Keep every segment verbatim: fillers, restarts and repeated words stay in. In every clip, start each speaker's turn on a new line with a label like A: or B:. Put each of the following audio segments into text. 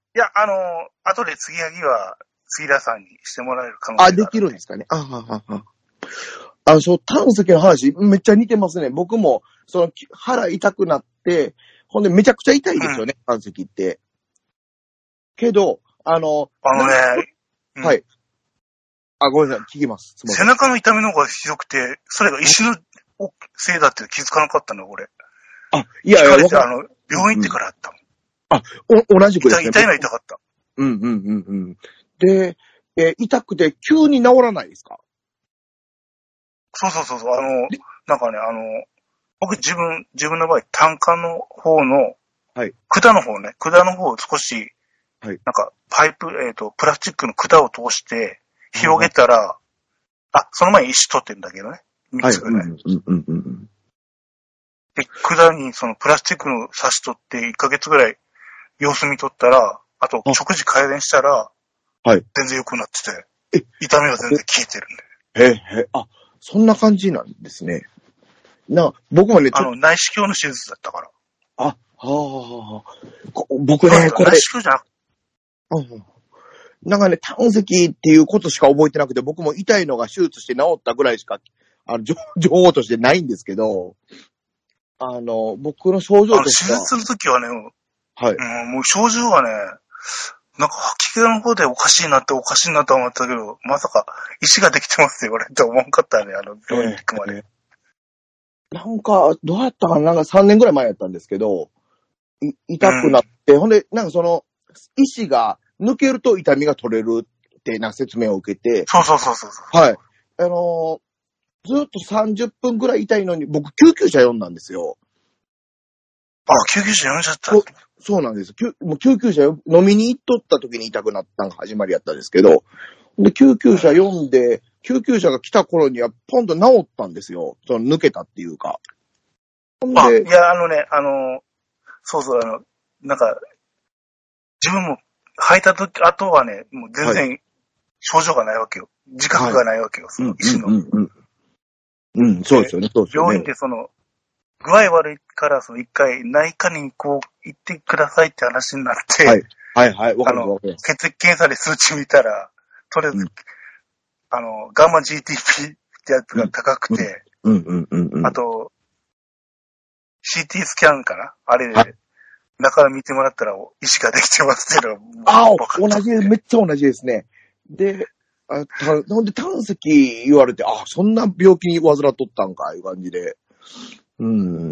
A: いや、あの、後で継ぎはぎは、杉田さんにしてもらえる可能性がある、
B: あ、できるんですかね。あははは。あの、そう、胆石の話、めっちゃ似てますね。僕も、その、腹痛くなって、ほんでめちゃくちゃ痛いですよね、胆石って。けど、あの、
A: あのね、
B: うん、はい。あ、ごめんなさい、聞きます。すみません。
A: 背中の痛みの方がひどくて、それが石のせいだって気づかなかったの、俺。
B: あ、いやいや、
A: 聞かれて、あの、病院行ってからやったもん。
B: あ、お、同じくですね。
A: 痛いのは痛かった。
B: うんうんうんうん。で、えー、痛くて急に治らないですか？
A: そうそうそうそう、あの、なんかね、あの、僕自分、自分の場合、単価の方の、はい。管の方ね、管の方を少し、はい。なんか、パイプ、えっと、プラスチックの管を通して、広げたら、はい、あ、その前に石取ってんだけどね。みっつぐらい。はい、うんうんうんうん。で、管にそのプラスチックの刺し取っていっかげつぐらい様子見とったら、あと食事改善したら、はい。全然良くなってて、え痛みは全然効いてるんで。
B: へえ、へあ、そんな感じなんですね。な、僕もね、
A: あの、内視鏡の手術だったから。
B: あ、はあ、はあ、僕ね、これ。
A: 内視鏡じゃなくて。
B: うん。なんかね、胆石っていうことしか覚えてなくて、僕も痛いのが手術して治ったぐらいしか、あの、情報としてないんですけど、あの、僕の症状としては。
A: 手術するときはね、
B: はい、
A: うん。もう症状はね、なんか吐き気の方でおかしいなっておかしいなと思ったけど、まさか石ができてますって言われて思わんかったね、あの、病院に行くまで。
B: えー、なんか、どうやったかな、なんかさんねんぐらい前やったんですけど、い痛くなって、うん、ほんで、なんかその、石が抜けると痛みが取れるってな説明を受けて、
A: そうそうそうそう。
B: はい。あのー、ずっとさんじゅっぷんぐらい痛いのに、僕救急車呼んだんですよ。
A: あ、救急車呼んじゃった。
B: そ, そうなんです。もう救急車飲みに行っとった時に痛くなったのが始まりやったんですけど、で、救急車呼んで、救急車が来た頃にはポンと治ったんですよ。その抜けたっていうか。
A: あ、いや、あのね、あの、そうそう、あの、なんか、自分も吐いた時、あとはね、もう全然症状がないわけよ。自覚がないわけよ、はい、その医師の。
B: うんうんうん、うん。そうですよね、そうですよね。
A: 病院でその、具合悪いからその一回内科にこう行ってくださいって話になって、
B: はい、はいはい、わかる
A: あの、血液検査で数値見たら、とりあえず、うん、あの、ガンマ ジーティーピー ってやつが高くて、
B: うんうんうんうん、
A: あと、シーティー スキャンかなあれで、はい、中見てもらったら石ができてますっていうの
B: が。ああ、同じ、めっちゃ同じですね。で、あたなんで胆石言われて、あ、そんな病気に患っとったんか、いう感じで。うん。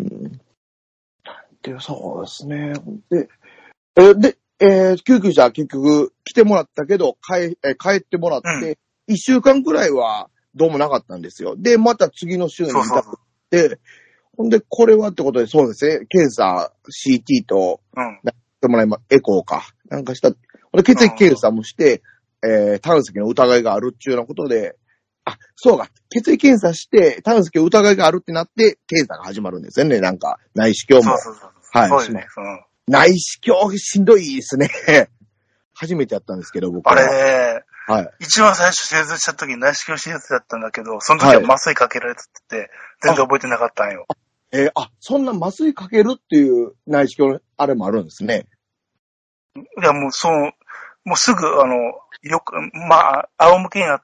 B: で、そうですね。で、えで、えー、救急車結局来てもらったけど、帰、えー、帰ってもらって、一、うん、週間くらいはどうもなかったんですよ。で、また次の週に痛くて、そうそうそう、ほんで、これはってことで、そうですね、検査、シーティー と、うん、やってもらいま、エコーか。なんかした、ほんで血液検査もして、うん、えー、胆石の疑いがあるっていうようなことで、あ、そうか。血液検査して、胆石の疑いがあるってなって、検査が始まるんですよね。なんか、内視鏡も。
A: そうそうそう。
B: はい。
A: そうですね。うん、
B: 内視鏡しんどいですね。初めてやったんですけど、僕は。
A: あれね、
B: はい。
A: 一番最初手術した時に内視鏡手術だったんだけど、その時は麻酔かけられてて、全然覚えてなかったんよ。
B: えー、あ、そんな麻酔かけるっていう内視鏡、あれもあるんですね。
A: いや、もう、その、もうすぐ、あの、よく、まあ、仰向けになって、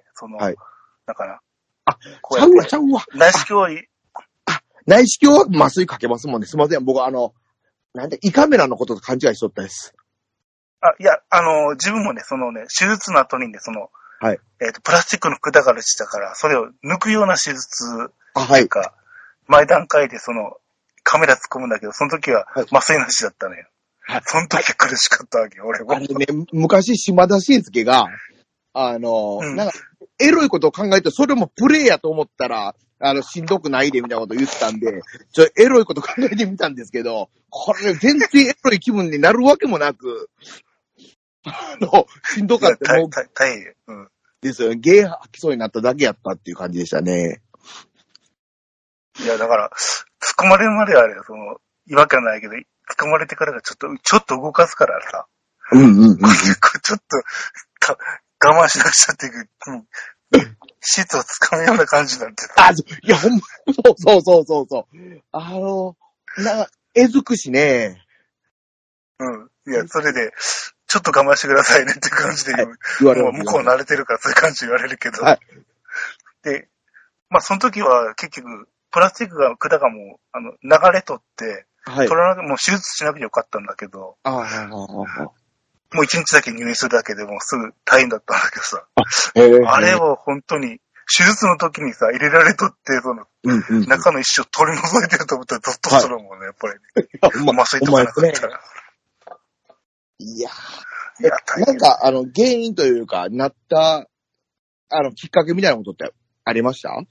A: その、はい、だから、
B: あ、ちゃうわ、ちゃうわ。
A: 内視鏡は、
B: あ、内視鏡は麻酔かけますもんね。すみません。僕あの、なんで、胃カメラのことと勘違いしとったです。
A: あ、いや、あの、自分もね、そのね、手術の後にね、その、はい。えっ、ー、と、プラスチックの管がしたから、それを抜くような手術、あ、はい。か、前段階でその、カメラ突っ込むんだけど、その時は麻酔なしだったのよ。はい。その時苦しかったわけよ、俺は。
B: あれね、昔、島田紳介が、あの、うん、なんか、エロいことを考えて、それもプレイやと思ったら、あの、しんどくないで、みたいなこと言ってたんで、ちょ、エロいこと考えてみたんですけど、これ全然エロい気分になるわけもなく、あの、しんどかった。もう、
A: 大変。うん。
B: ですよね。ゲー吐きそうになっただけやったっていう感じでしたね。
A: いや、だから、突っ込まれるまではあれ、その、違和感ないけど、突っ込まれてからがちょっと、ちょっと動かすからさ。
B: うんうんうん、うん。
A: ちょっと、我慢しなくちゃっていう、シーツを掴むような感じになってた。
B: あ、いや、ほんま、そうそうそうそう。あの、な、えずくしね。
A: うん。いや、それで、 ちょっと我慢してくださいねっていう感じで言う。はい、言われる。もう向こう慣れてるからそういう感じで言われるけど。はい、で、まあその時は結局、プラスチックが、管がもう、あの、流れ取って、はい、取らなく、もう手術しなくてよかったんだけど、ああもう一日だけ入院するだけでもうすぐ退院だったんだけどさ、あ, あれを本当に、手術の時にさ、入れられとって、その、うんうんうん、中の一生取り除いてると思ったらゾッとするもんね、やっぱり、ね。麻酔とかなかったら。
B: いやー。いやなんか、あの、原因というか、なった、あの、きっかけみたいなことってありました？い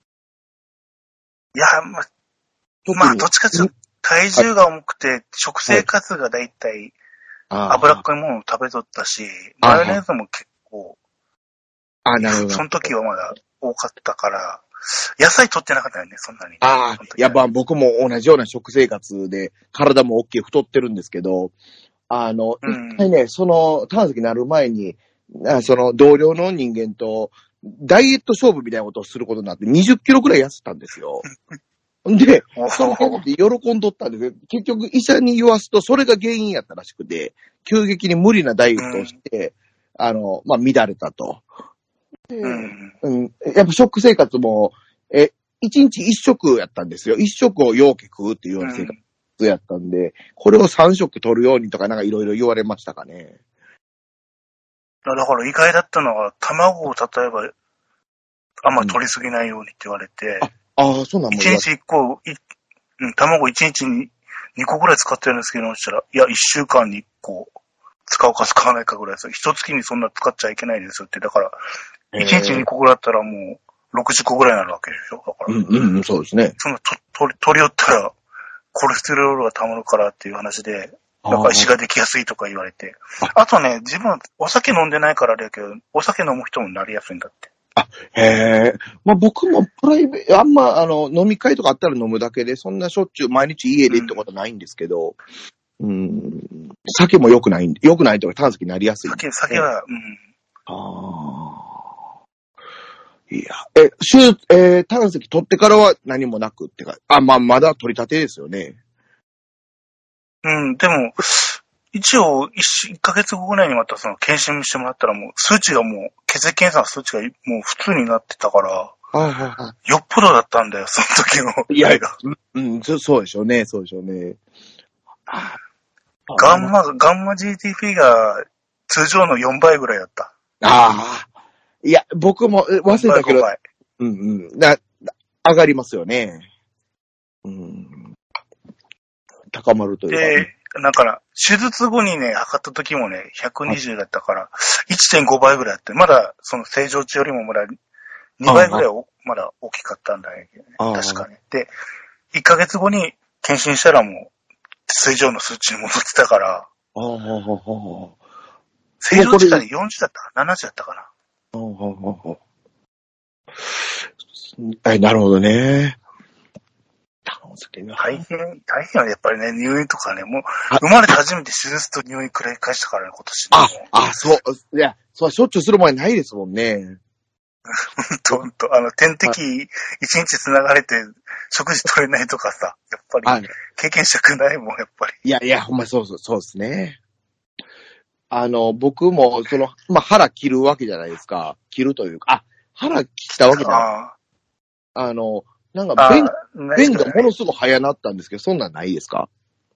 A: や、まあ、まあ、どっちかというと、体重が重くて、食生活がだいたい脂っこいものを食べとったし、マヨネーズも結構、あ、なるほど。その時はまだ多かったから、野菜取ってなかったよね、そんなに。
B: ああ、やっぱ僕も同じような食生活で、体も大きい太ってるんですけど、あの、うん、一回ね、その、胆石になる前に、その同僚の人間と、ダイエット勝負みたいなことをすることになって、にじゅっキロくらい痩せたんですよ。で、そのことで喜んどったんですけど、結局医者に言わすと、それが原因やったらしくて、急激に無理なダイエットをして、うん、あの、まあ、乱れたと。うんうん、やっぱ食生活も、え、一日一食やったんですよ。一食をようけ食うっていうような生活やったんで、うん、これを三食取るようにとかなんかいろいろ言われましたかね。
A: だから意外だったのは、卵を例えば、あんまり取りすぎないようにって言われて、うん
B: ああ、そうなん
A: だ。一日一個、いうん、卵一日に二個ぐらい使ってるんですけど、そしたら、いや、一週間に一個使うか使わないかぐらいですよ。一月にそんな使っちゃいけないですよって。だから、一日二個ぐらいだったらもう、六十個ぐらいになるわけでしょ。だから。
B: うんうんうん、そうですね。
A: その、と、取り、取り寄ったら、コレステロールが溜まるからっていう話で、なんか石ができやすいとか言われて。あ, あとね、自分、お酒飲んでないからあれだけど、お酒飲む人もなりやすいんだって。
B: あ、へえ。まあ、僕もプライベート、あんま、あの、飲み会とかあったら飲むだけで、そんなしょっちゅう毎日家でってことはないんですけど、うん、うん酒も良くない、良くないとか胆石になりやすい、ね。
A: 酒、酒は、うん。
B: ああ。いや、え、手術、えー、胆石取ってからは何もなくってか、あ、まあ、まだ取り立てですよね。
A: うん、でも、一応、一、一ヶ月後ぐらいにまたその検診してもらったらもう、数値がもう、血液検査の数値がもう普通になってたから、はいはいはい、よっぽどだったんだよ、その時の。
B: いや、うん、そそうでしょうね、そうでしょうね。
A: ガンマ、ガンマ ジーティーピー が通常のよんばいぐらいだった。
B: ああ。いや、僕も忘れたけど、うんうん。な、上がりますよね。うん。高まるというか。
A: で、なんかな、手術後にね、測った時もね、ひゃくにじゅうだったから、はい、いってんごばいぐらいあって、まだ、その正常値よりもまだにばいぐらいまだ大きかったんだよね。確かに。で、いっかげつごに検診したらもう、正常の数値に戻ってたから、正常値がよんじゅうだったかな、ななじゅうだったかな。
B: え、なるほどね。
A: 大変、大変はやっぱりね、入院とかね、もう、生まれて初めて手術と入院繰り返したからね、今年。
B: あ、あ、そう、いや、そう、しょっちゅうする前ないですもんね。
A: ほんとほんと、あの、点滴一日繋がれて、食事取れないとかさ、やっぱり、経験したくないもん、やっぱり。
B: いやいや、ほんまそうそう、そうですね。あの、僕も、その、まあ、腹切るわけじゃないですか。切るというか、あ、腹切ったわけじゃない。あ, あの、なんか便、便がものすごく早なったんですけど、そんなんないですか？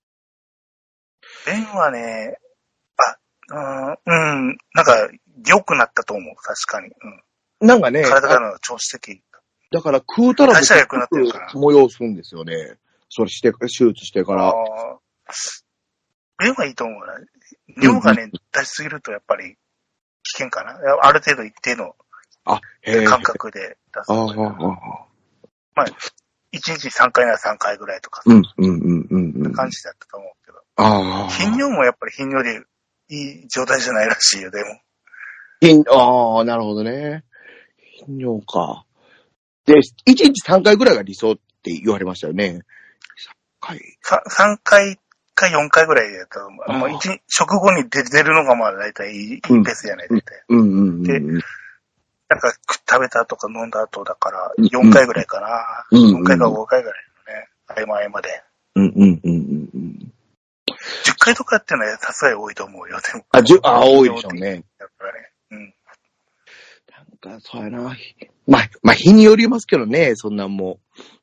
A: 便はね、あ、うん、うん、なんか、良くなったと思う、確かに。うん、
B: なんかね、
A: 体からの調子的。
B: だから食うたら、
A: 代謝良くなってるから。
B: 催すんですよね。それして、手術してから。
A: 便はいいと思うな。量がね、うん、出しすぎるとやっぱり危険かな。ある程度一定の感覚で出す。あまあ、いちにちさんかいならさんかいぐらいとかさ。うんうんうんうん。な感じだったと思うけど。あ頻尿もやっぱり頻尿でいい状態じゃないらしいよ、でも。
B: 頻、ああ、なるほどね。頻尿か。で、いちにちさんかいぐらいが理想って言われましたよね。
A: さんかい。さんかいかよんかいぐらいだと、まあ、一日、食後に出るのがまあ大体いいペースじゃない、大体。うんうんうん、で、なんか食べた後か飲んだ後だから、よんかいぐらいかな。うんうん、よんかいかごかいぐらいのね。合間合間で。
B: うんうんうんうん。
A: じゅっかいとかってのはさすがに多いと思うよ、でも。
B: あ、じゅ、あ、多いでしょうね。
A: やっぱりね。うん。
B: なんか、そうやな。まあ、まあ、日によりますけどね、そんなんも。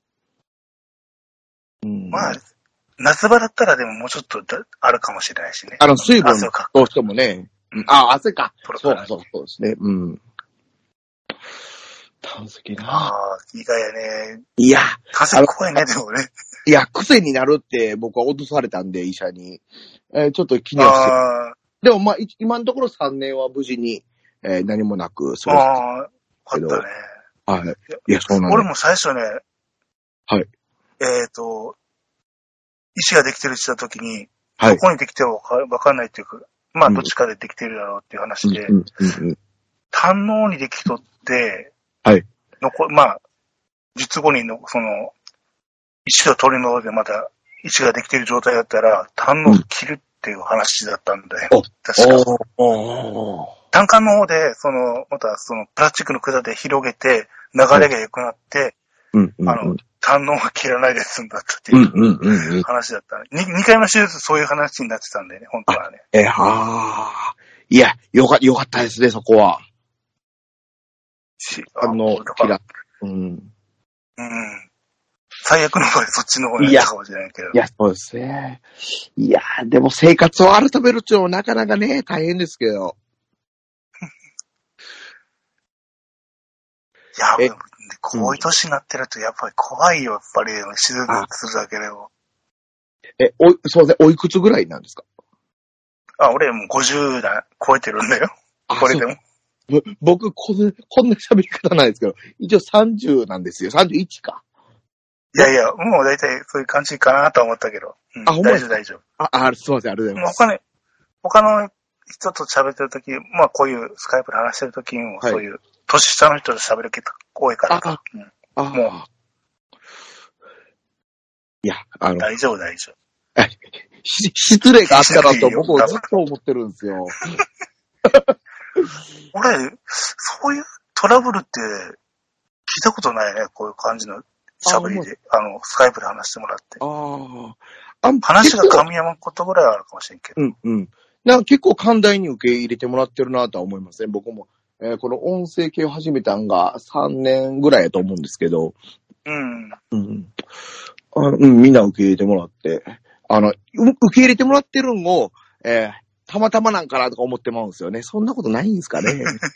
A: うん、まあ、夏場だったらでももうちょっとあるかもしれないしね。
B: あの、水分どうしてもね。うん、あ、汗か。そうそうそうですね。うん。炭石な。
A: ああ、意外やね。
B: いや。
A: 炭石怖いね、でもね。
B: いや、癖になるって僕は脅されたんで、医者に。えー、ちょっと気にはして。でもまあ、今のところさんねんは無事に、えー、何もなく過ごして。あ
A: あ、よかった
B: ね。はい。いや、そうなんだ。
A: 俺も最初ね。
B: はい。
A: えっと、石ができてるって言った時に、はい、どこにできてるかわかんないっていうか、まあ、どっちかでできてるだろうっていう話で、胆のにできとって、
B: はい。
A: のこ、まあ、術後にの、その、石を取り除いてまた石ができてる状態だったら、胆のを切るっていう話だったんだよ。うん、確か。胆管の方で、その、またその、プラスチックの管で広げて、流れが良くなって、はい、あの、胆のが切らないで済んだっていう話だった、ね。に、二回目の手術そういう話になってたんだよね、本当はね。
B: え、はあ。いや、よか、よかったですね、そこは。あの、切ら、うん。うん。
A: 最悪の場合そっちの方になったかもしれないけど。
B: いや、いやそうですね。いや、でも生活を改めるっていうのはなかなかね、大変ですけど。
A: いや、こういう年になってるとやっぱり怖いよ、やっぱり手術するだけでも。
B: え、お、そうですね、おいくつぐらいなんですか？
A: あ、俺もうごじゅうだい超えてるんだよ。これでも。
B: 僕、こんな、こんな喋り方ないですけど、一応さんじゅうなんですよ。さんじゅういちか。
A: いやいや、もう大体そういう感じかなと思ったけど。うん、あ、大丈夫大丈夫。
B: あ、あ、すいません、ありがとうございます。
A: 他ね、他の人と喋ってるとき、まあこういうスカイプで話してるときにも、そういう、年下の人と喋る結構多いからか。うん、あもう。
B: いや、あの。
A: 大丈夫大丈夫。
B: 失礼があったらと僕はずっと思ってるんですよ。
A: 俺、そういうトラブルって聞いたことないね、こういう感じの喋りで、あ, あの、スカイプで話してもらって。ああ。話が噛み合わんことぐらいあるかもしれんけど。
B: うんうん。なんか結構寛大に受け入れてもらってるなとは思いますね、僕も。えー、この音声系を始めたんがさんねんぐらいやと思うんですけど。
A: うん。
B: うん。あうん、みんな受け入れてもらって。あの、受け入れてもらってるんを、えー、たまたまなんかなとか思ってまうんですよね。そんなことないんですかね。い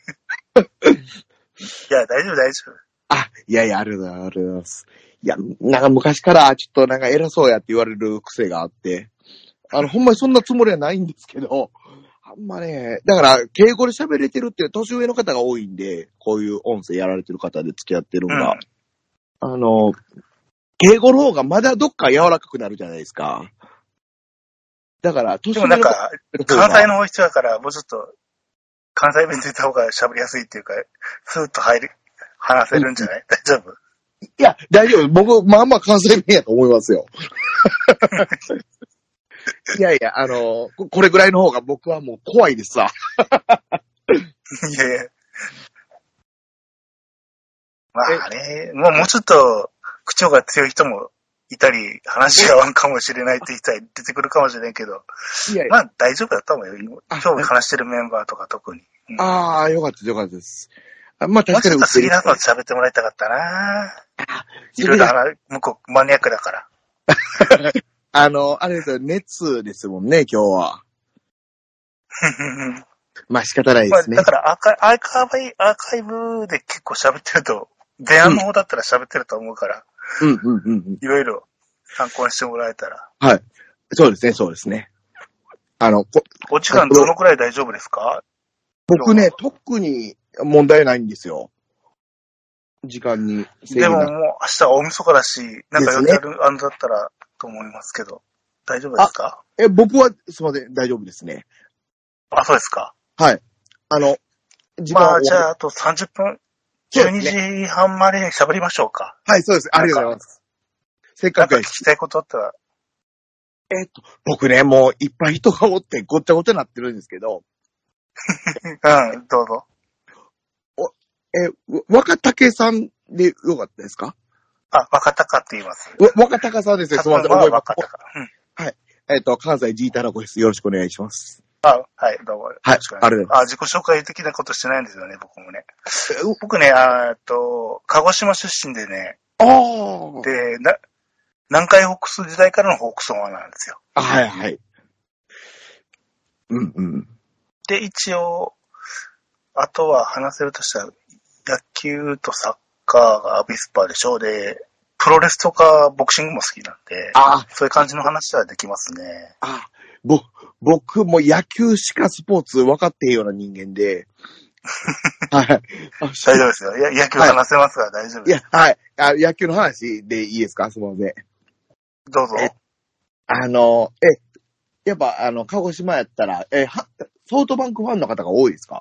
A: や、大丈夫、大丈夫。
B: あ、いやいや、ありがとうございます。ありがとうございます。いや、なんか昔からちょっとなんか偉そうやって言われる癖があって、あの、ほんまにそんなつもりはないんですけど、あんまね、だから、敬語で喋れてるって年上の方が多いんで、こういう音声やられてる方で付き合ってるのが、うん、あの、敬語の方がまだどっか柔らかくなるじゃないですか。だから、
A: 年上の方が。でもなんか、関西の人だから、もうちょっと、関西弁で言った方が喋りやすいっていうか、スーッと入り、話せるんじゃない、うん、大丈夫？
B: いや、大丈夫。僕、まあまあ関西弁やと思いますよ。いやいや、あの、これぐらいの方が僕はもう怖いですわ。
A: いやいや。まあね、もうもうちょっと口調が強い人もいたり、話が合わんかもしれないって人は出てくるかもしれんけど、いやいやまあ大丈夫だと思うよ。今日話してるメンバーとか特に。
B: うん、ああ、よかったです、よかったです。まあ確かに。
A: もうちょっと杉田さんと喋ってもらいたかったな。いろいろ向こうマニアックだから。
B: あの、あれですよ、熱ですもんね、今日は。まあ仕方ないですね。
A: まあ、だからアーカイアーカイブ、アーカイブで結構喋ってると、電話の方だったら喋ってると思うから、
B: うん、うんうんうん。
A: いろいろ参考にしてもらえたら。
B: はい。そうですね、そうですね。あの、
A: お時間どのくらい大丈夫ですか？
B: 僕ね、特に問題ないんですよ。時間に。
A: でももう明日は大晦日だし、なんか予定ある、あのだったらと思いますけど、大丈夫ですか？
B: え、僕は、すみません、大丈夫ですね。
A: あ、そうですか。
B: はい。あの、
A: 時間まあ、じゃあ、あとさんじゅっぷん、じゅうにじはんまで喋りましょうか。
B: はい、そうです。ありがとうございます。せっかく
A: 聞きたいことあったら。
B: えっと、僕ね、もういっぱい人がおってごっちゃごちゃになってるんですけど。
A: うん、どうぞ。
B: お、え、若竹さんでよかったですか？
A: あ、若鷹って言います。
B: 若鷹さんですね。すみません。
A: 覚え若鷹。
B: うん。はい。 えっ、ー、と、関西 G タラコです。よろしくお願いします。
A: あ、はい、どうも。
B: はい、ありがとうございます。
A: あ、自己紹介的なことしてないんですよね、僕もね。僕ね、えっと、鹿児島出身でね。
B: ああ。
A: で、な、南海ホークス時代からのホークスファンなんですよ。
B: はいはい。うんうん。
A: で、一応、あとは話せるとしたら、野球とサッカーがアビスパでしょうで、プロレスとかボクシングも好きなんで、あそういう感じの話はできますね。
B: あぼ、僕も野球しかスポーツ分かっているような人間で、はい。
A: 大丈夫ですよ。や野球話せますから大丈夫です。
B: いや、はい。あ野球の話でいいですか？すみません。
A: どうぞ。
B: え、あの、え、やっぱ、あの、鹿児島やったら、え、は、ソフトバンクファンの方が多いですか？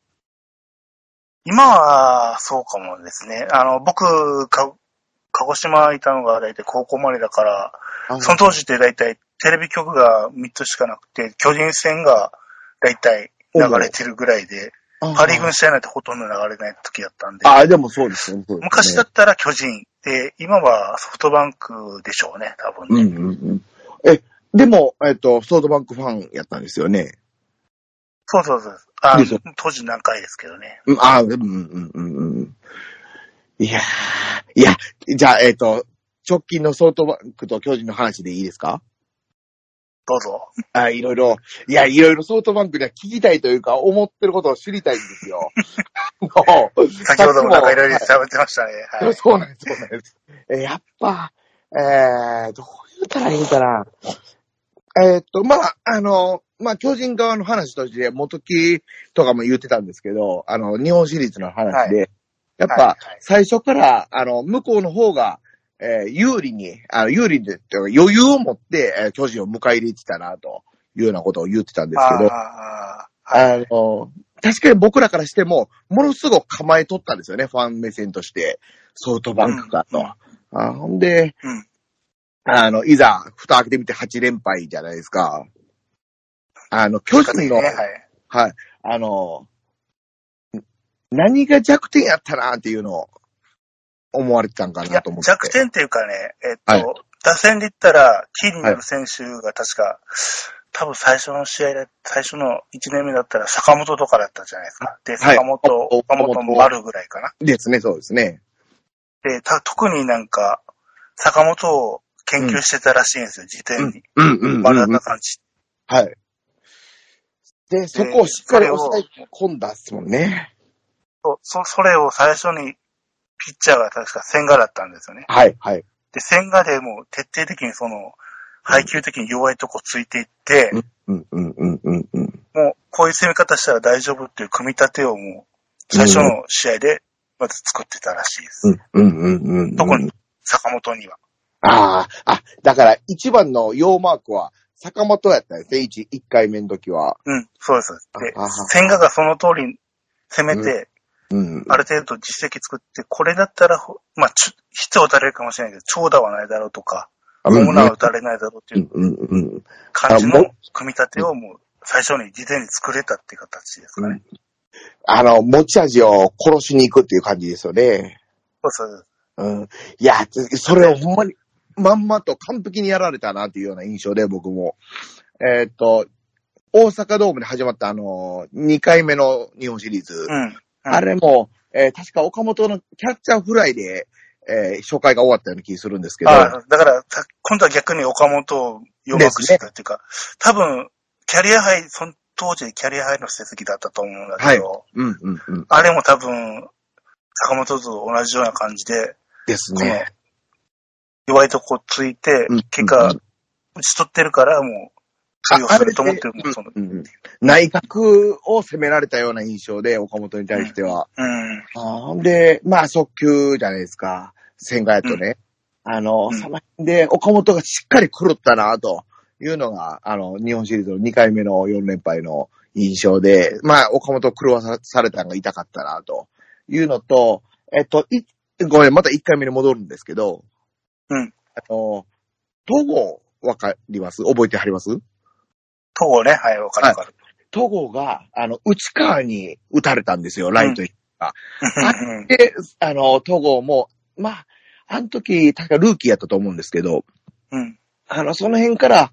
A: 今は、そうかもですね。あの、僕、か、鹿児島いたのが大体高校までだから、その当時って大体テレビ局がみっつしかなくて、巨人戦が大体流れてるぐらいで、パリーグの試合なんてほとんど流れない時だったんで。
B: ああ、でもそうですね。
A: 昔だったら巨人で、今はソフトバンクでしょうね、多分ね。
B: うんうんうん、え、でも、えっと、ソフトバンクファンやったんですよね。
A: そうそうそう。あ当時何回ですけどね。
B: うん、ああ、うんうんうんうん。いやー、いや、じゃあ、えっと、直近のソフトバンクと巨人の話でいいですか？
A: どうぞ。
B: あ、いろいろ、いや、いろいろソフトバンクでは聞きたいというか、思ってることを知りたいんですよ。
A: 先ほどもなんかいろいろ喋ってましたね。
B: はい、そうなんです、そうなんです。えー、やっぱ、えー、どう言ったらいいかな。えー、っと、まあ、あの、まあ、巨人側の話として、元木とかも言ってたんですけど、あの、日本シリーズの話で、はい、やっぱ、最初から、あの、向こうの方が、えー、有利に、あの、有利で、余裕を持って、えー、巨人を迎え入れてたな、というようなことを言ってたんですけど、あ, あの、確かに僕らからしても、ものすごく構えとったんですよね、ファン目線として、ソフトバンクかと。うんうん、あほんで、うん、あの、いざ、蓋開けてみてはち連敗じゃないですか。あの、巨人の、ね、はい、はい、あの、何が弱点やったなっていうのを思われてたんかなと思って。
A: 弱点っていうかね、えっと、はい、打線で言ったら、キーになる選手が確か、はい、多分最初の試合で、最初のいちねんめだったら坂本とかだったじゃないですか。で、坂本、はい、岡本丸ぐらいかな。
B: ですね、そうですね。
A: で、た特になんか、坂本を研究してたらしいんですよ、時点に。
B: うん、うん、うん。
A: 丸太感じ。
B: はい。で、そこをしっかり抑え込んだっすもんね。
A: そう、そ、それを最初に、ピッチャーが確か千賀だったんですよね。
B: はい、はい。
A: で、千賀でもう徹底的にその、配球的に弱いとこついていって、
B: うん、うん、うん、うん、うん。
A: もう、こういう攻め方したら大丈夫っていう組み立てをもう、最初の試合で、まず作ってたらしいです。
B: うん、うん、うん、うん。
A: 特に、坂本には。
B: ああ、あ、だから一番の要マークは、坂本やったんですね、一、一回目の時は。
A: うん、そうです。で、千賀がその通り攻めて、
B: うんうん、
A: ある程度実績作って、これだったら、まあ、ちょ、ヒットは打たれるかもしれないけど、長打はないだろうとか、ホームランは打たれないだろうっていう感じの組み立てをもう最初に事前に作れたっていう形ですかね。
B: うん、あの、持ち味を殺しに行くっていう感じですよね。
A: そうそう。
B: うん。いや、それをほんまに、まんまと完璧にやられたなっていうような印象で、僕も。えー、っと、大阪ドームで始まったあの、にかいめの日本シリーズ。
A: うん。
B: あれも、えー、確か岡本のキャッチャーフライで、えー、初回が終わったような気がするんですけど。
A: ああ、だから、今度は逆に岡本を弱くしてたっていうか、ね、多分、キャリアハイ、その当時キャリアハイの成績だったと思うんだけど、
B: はい、うんうんうん、
A: あれも多分、坂本と同じような感じで、
B: ですね。
A: 弱いとこついて、うん、結果、打ち取ってるから、もう、通用すると思ってるもん、その、うんうん。
B: 内角を攻められたような印象で、岡本に対しては。
A: うん。
B: うん、で、まあ、速球じゃないですか。千賀やとね。うん、あの、うん、その辺で、岡本がしっかり狂ったな、というのが、あの、日本シリーズのにかいめのよん連敗の印象で、まあ、岡本を狂わされたのが痛かったな、というのと、えっと、い、ごめん、またいっかいめに戻るんですけど、
A: うん。
B: あの、戸郷、わかります？覚えてはります？
A: 戸郷ね、はい、わかるわかる。
B: 戸郷が、あの、内川に打たれたんですよ、ライトが。うん、で、あの、戸郷も、まあ、あの時、確かルーキーやったと思うんですけど、
A: うん。
B: あの、その辺から、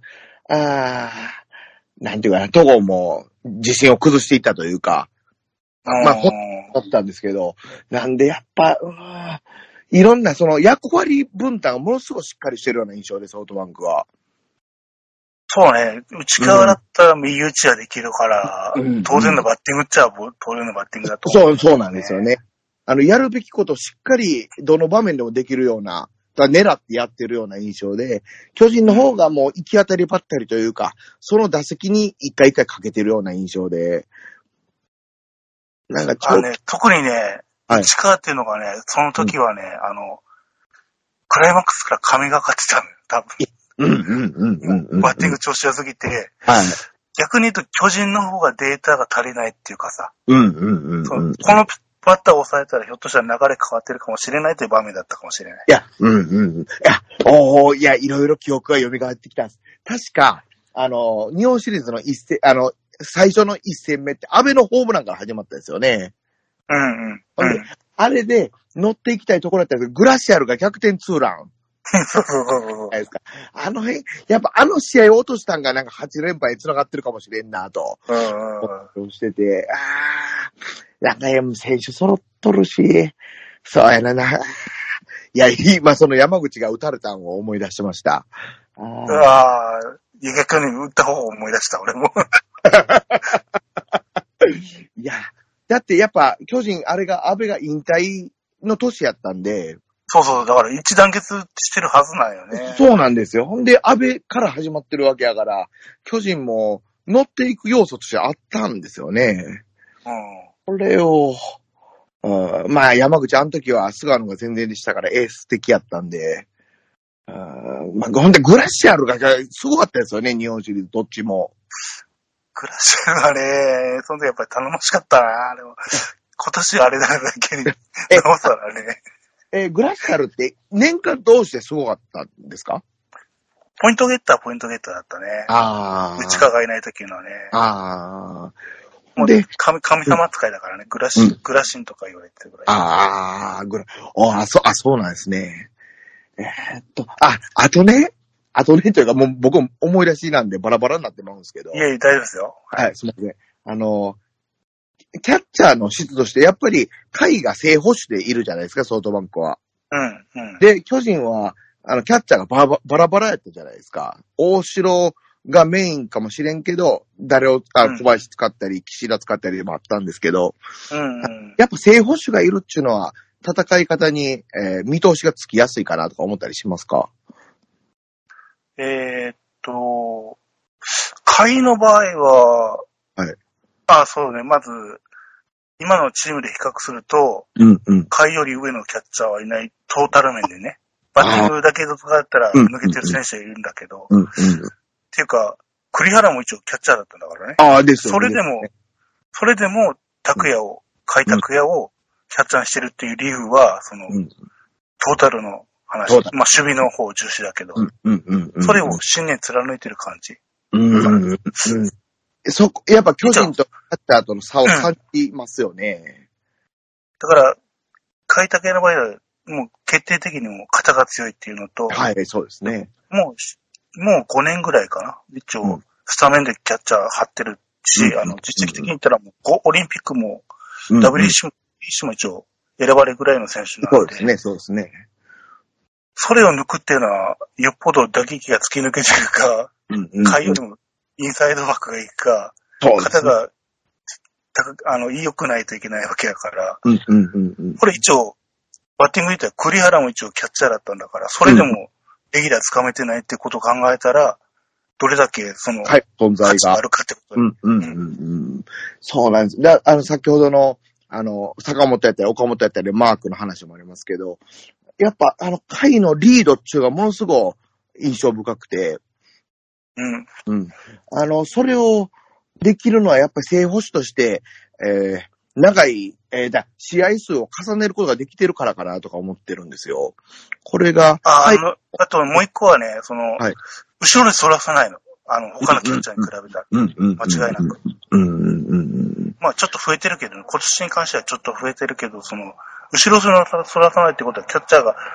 B: あなんていうかな、戸郷も自信を崩していったというか、まあ、ほったんですけど、なんでやっぱ、うーいろんなその役割分担がものすごくしっかりしてるような印象です、ソフトバンクは。
A: そうね。内側だったら右打ちはできるから、うん、当然のバッティングっちゃ当然のバッティングだと思う、
B: ね、そう、そうなんですよね。あの、やるべきことをしっかりどの場面でもできるような、狙ってやってるような印象で、巨人の方がもう行き当たりばったりというか、その打席に一回一回かけてるような印象で、
A: なんかちょっと、ね、特にね、内川っていうのがね、その時はね、うん、あの、クライマックスから神がかってたのよ、多分。
B: うんうんうんうん、うん。
A: バッティング調子良すぎて、
B: はい。
A: 逆に言うと巨人の方がデータが足りないっていうかさ、
B: うんうんうん、うん。
A: そのこのバッターを抑えたらひょっとしたら流れ変わってるかもしれないという場面だったかもしれない。
B: いや、うんうん。いや、おー、いや、いろいろ記憶が蘇ってきたんです。確か、あの、日本シリーズの一戦、あの、最初の一戦目って安倍のホームランから始まったんですよね。
A: うんうん。
B: うん、あれで乗っていきたいところだったんですけど、グラシアルが逆転ツーラン。
A: そうそうそうそう。
B: ですか。あの辺、やっぱあの試合を落としたんがなんかはち連敗に繋がってるかもしれんなと。うん。してて、ああ、なんか選手揃っとるし、そうやなな。いや、今その山口が打たれたんを思い出しました。
A: ああ、逆に打った方を思い出した、俺も。
B: いや、だってやっぱ巨人、あれが安倍が引退の年やったんで、
A: そうそう、だから一団結してるはずなんよね。
B: そうなんですよ。ほんで、安倍から始まってるわけやから、巨人も乗っていく要素としてあったんですよね。
A: うん。
B: これを、うん、まあ山口あの時は菅野が全然でしたからエース的やったんで、うん、まあほんでグラシアルがすごかったですよね、日本シリーズどっちも。
A: グラシアルはね、その時やっぱり頼もしかったな、でも今年あれだけに、なおさらね。
B: えー、グラシアルって年間通してすごかったんですか？
A: ポイントゲッター、ポイントゲッターだったね。
B: ああ。
A: 内川がいない時のはね。
B: ああ。
A: もうで、神、神様扱いだからね。グラシン、うん、グラシンとか言われてるぐらい。
B: ああ、グラ、あ、そう、あ、そうなんですね。えー、っと、あ、あとね、あとねというかもう僕思い出しなんでバラバラになってまうんですけど。
A: いやいや、大丈夫ですよ。
B: はい、はい、すみません。あの、キャッチャーの質として、やっぱり、甲斐が正捕手でいるじゃないですか、ソフトバンクは。
A: うん、うん。
B: で、巨人は、あの、キャッチャーがバラバラバラやったじゃないですか。大城がメインかもしれんけど、誰を、あ、小林使ったり、岸田使ったりもあったんですけど、
A: うん、うん。
B: やっぱ正捕手がいるっていうのは、戦い方に、えー、見通しがつきやすいかなとか思ったりしますか？
A: えー、っと、甲斐の場合は、
B: はい。
A: あ、そうね。まず、今のチームで比較すると、
B: うんうん。
A: 甲斐より上のキャッチャーはいない、トータル面でね。バッティングだけとかだったら抜けてる選手はいるんだけど、
B: うんうん。
A: っていうか、栗原も一応キャッチャーだったんだからね。
B: ああ、ですよね。
A: それでも、それでも、拓也を、甲斐拓也をキャッチャーにしてるっていう理由は、その、うん、トータルの話、まあ守備の方重視だけど、
B: うんうんうんうん、
A: それを信念貫いてる感じ。
B: うんうんうん、そこ、やっぱ巨人とキャッチャーとの差を感じますよね。
A: だから、甲斐拓也の場合は、もう決定的にも肩が強いっていうのと、
B: はい、そうですね。
A: もう、もうごねんぐらいかな。一応、うん、スタメンでキャッチャー張ってるし、うん、あの、実績的に言ったらもう、オリンピックも、うん、ダブリューシー も一応選ばれるぐらいの選手なので。
B: そうですね、そうですね。
A: それを抜くっていうのは、よっぽど打撃が突き抜けてるか、うんうん、甲斐よりもインサイドバックがいくか、ね、肩が、あの、良くないといけないわけだから、
B: うんうんうんうん、
A: これ一応、バッティングで言ったら栗原も一応キャッチャーだったんだから、それでもレギュラーつかめてないってことを考えたら、どれだけその、
B: はい、存在が
A: あるかってこと、
B: うんうんうんうん。そうなんです。だあの、先ほどの、あの、坂本やったり岡本やったりマークの話もありますけど、やっぱあの、甲斐のリードっていうのがものすごい印象深くて、
A: うん。
B: うん。あの、それをできるのはやっぱり正捕手として、えー、長い、えー、だ、試合数を重ねることができてるからかなとか思ってるんですよ。これが。
A: あ、はい、あの、あともう一個はね、その、
B: はい、
A: 後ろに反らさないの。あの、他のキャッチャーに比べたら。
B: うんうん、
A: 間違いなく。
B: うんうんうん、
A: まあちょっと増えてるけど、今年に関してはちょっと増えてるけど、その、後ろに反らさないってことはキャッチャーが、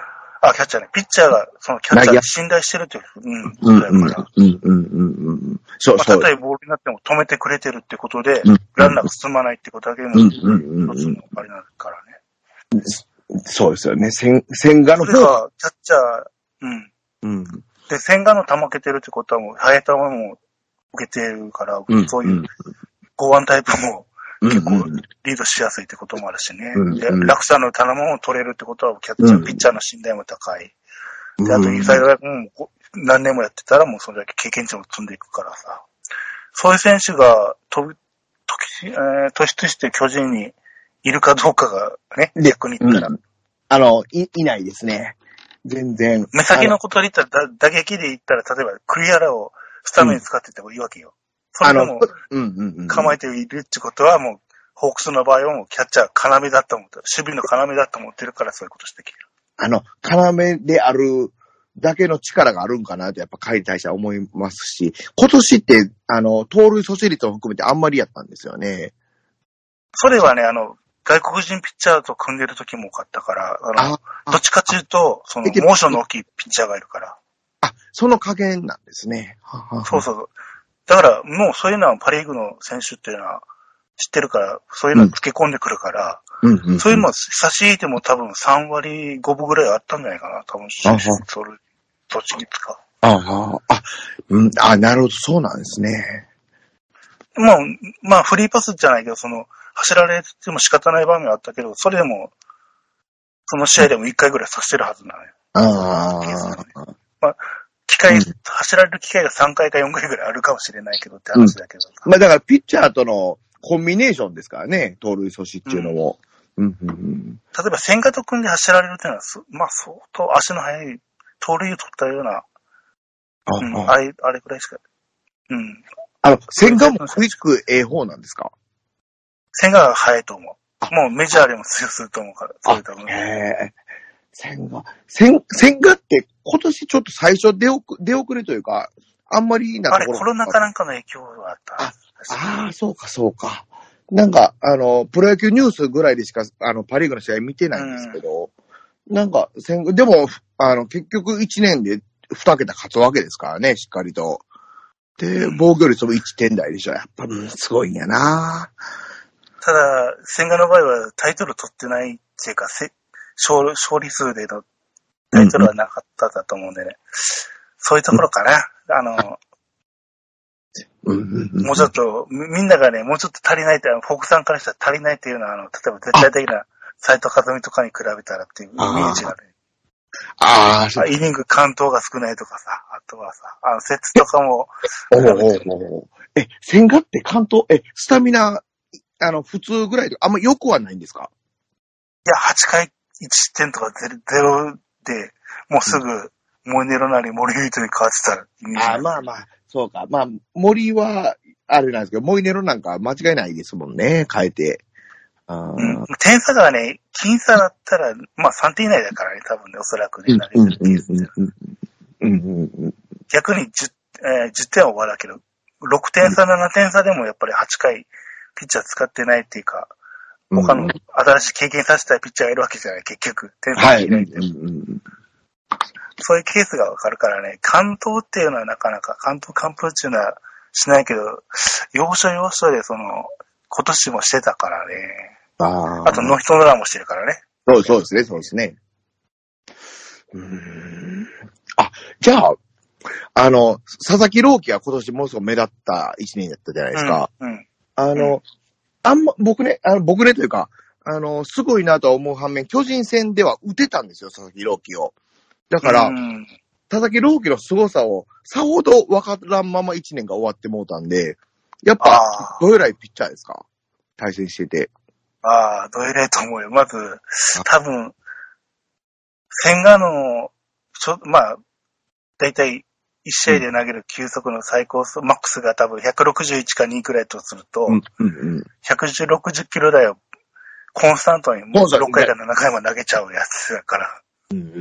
A: あ、キャッチャーね。ピッチャーが、そのキャッチャーに信頼してるっていう、うん、ことだから。
B: うん、うん、うん、うん。そう、そう。
A: たとえボールになっても止めてくれてるってことで、うん、ランナーが進まないってことだけでも、一つのあれになるからね。
B: そうですよね。千、千賀の方
A: が、キャッチャー、うん。
B: うん。
A: で、千賀の球けてるってことはもう、速い球も受けてるから、うん、そういう、剛腕タイプも結構リードしやすいってこともあるしね。うん、で、落差の球も取れるってことは、キャッチャー、うん、ピッチャーの信頼も高い。で、あと、インサイドがもう何年もやってたらもうそれだけ経験値も積んでいくからさ。そういう選手が、と、とき、えー、突出して巨人にいるかどうかがね、逆に言ったら。うん、
B: あの、い、いないですね。全然。
A: 目先のことで言ったら、打撃で言ったら、例えばクリアラをスタメンに使っててもいいわけよ。それでも、構えているってことはもう、ホークスの場合はもうキャッチャー要だと思ってる。守備の要だと思ってるからそういうことしてきてる。
B: あの、要であるだけの力があるんかなってやっぱ帰りたいしは思いますし、今年って、あの、盗塁阻止率を含めてあんまりやったんですよね。
A: それはね、あの、外国人ピッチャーと組んでる時も多かったから、あの、あどっちかっていうと、その、モーションの大きいピッチャーがいるから。
B: あ、その加減なんですね。
A: はははそうそう。だから、もうそういうのはパリーグの選手っていうのは知ってるから、そういうの付け込んでくるから、うんうんうんうん、そういうの差し引いても多分さん割ごぶぐらいあったんじゃないかな、多分、それ、栃木か。
B: ああ、あ、うん、あ、なるほど、そうなんですね。
A: まあ、まあ、フリーパスじゃないけど、その、走られても仕方ない場面はあったけど、それでも、その試合でもいっかいぐらいさせてるはずなのよ。ああ。まあ、機会、うん、走られる機会がさんかいかよんかいぐらいあるかもしれないけどって話だけど、
B: うん。まあだからピッチャーとのコンビネーションですからね、盗塁阻止っていうのも。うんうんうん、
A: 例えば千賀と組んで走られるっていうのは、まあ相当足の速い盗塁を取ったような、あ、うん、あれ、あれくらいしか。うん。
B: あの、千賀もクイックええ方なんですか？
A: 千賀が速いと思う。もうメジャーでも通用すると思うから、そういう多分。
B: へえ。千賀。千、千賀って今年ちょっと最初出遅出遅れというか、あんまりなところ。
A: あれ、コロナかなんかの影響があった。
B: あ、ああ、そうか、そうか。なんか、あの、プロ野球ニュースぐらいでしか、あの、パリーグの試合見てないんですけど、うん、なんか、千賀、でも、あの、結局いちねんでに桁勝つわけですからね、しっかりと。で、防御率もいってん台でしょ。やっぱ、うん、すごいんやな。
A: ただ、千賀の場合はタイトル取ってないっていうか、勝, 勝利数でのタイトルはなかっただと思うんでね。うん、そういうところかな。あの、うんうんうん、もうちょっと、みんながね、もうちょっと足りないって、フォークさんからしたら足りないっていうのは、あの、例えば絶対的な斉藤和美とかに比べたらっていうイメージがある。ああ、イニング完投が少ないとかさ、あとはさ、あの、節とかも
B: おおお。え、千賀って完投、え、スタミナ、あの、普通ぐらいで、あんま良くはないんですか？
A: いや、はちかいいちてんとかゼロで、もうすぐ、モイネロなり森ユイトに変わってたらイメージ。
B: ああ、まあまあ、そうか。まあ、森は、あれなんですけど、モイネロなんか間違いないですもんね、変えて。
A: あうん、点差がね、僅差だったら、まあさんてん以内だからね、多分ね、おそらくね、投げてるケースって。逆に 10,、えー、じゅってんは終わだけど、ろくてん差、ななてん差でもやっぱりはちかいピッチャー使ってないっていうか、他の新しい経験させたいピッチャーがいるわけじゃない、結局。点差が開いても。そういうケースがわかるからね、完投っていうのはなかなか、完投完封っていうのはしないけど、要所要所でその、今年もしてたからね。ああと、ノーヒットノーランもしてるからね。
B: そうそうですね、そうですね。うーん。あ、じゃあ、あの、佐々木朗希は今年ものすごく目立った一年だったじゃないですか。うん。うん、あの、うん、あんま、僕ね、あの、僕ねというか、あの、すごいなとは思う反面、巨人戦では打てたんですよ、佐々木朗希を。だから、うん、佐々木朗希の凄さをさほど分からんまま一年が終わってもうたんで、やっぱ、どえらいピッチャーですか？対戦してて。
A: ああ、どえらいと思うよ。まず、多分、千賀の、ちょ、まあ、だいたい一試合で投げる球速の最高速、うん、マックスが多分ひゃくろくじゅういちかにくらいとすると、うんうんうん、ひゃくろくじゅっキロ台をコンスタントにもうろっかいかななかいも投げちゃうやつだから。うんうんうん、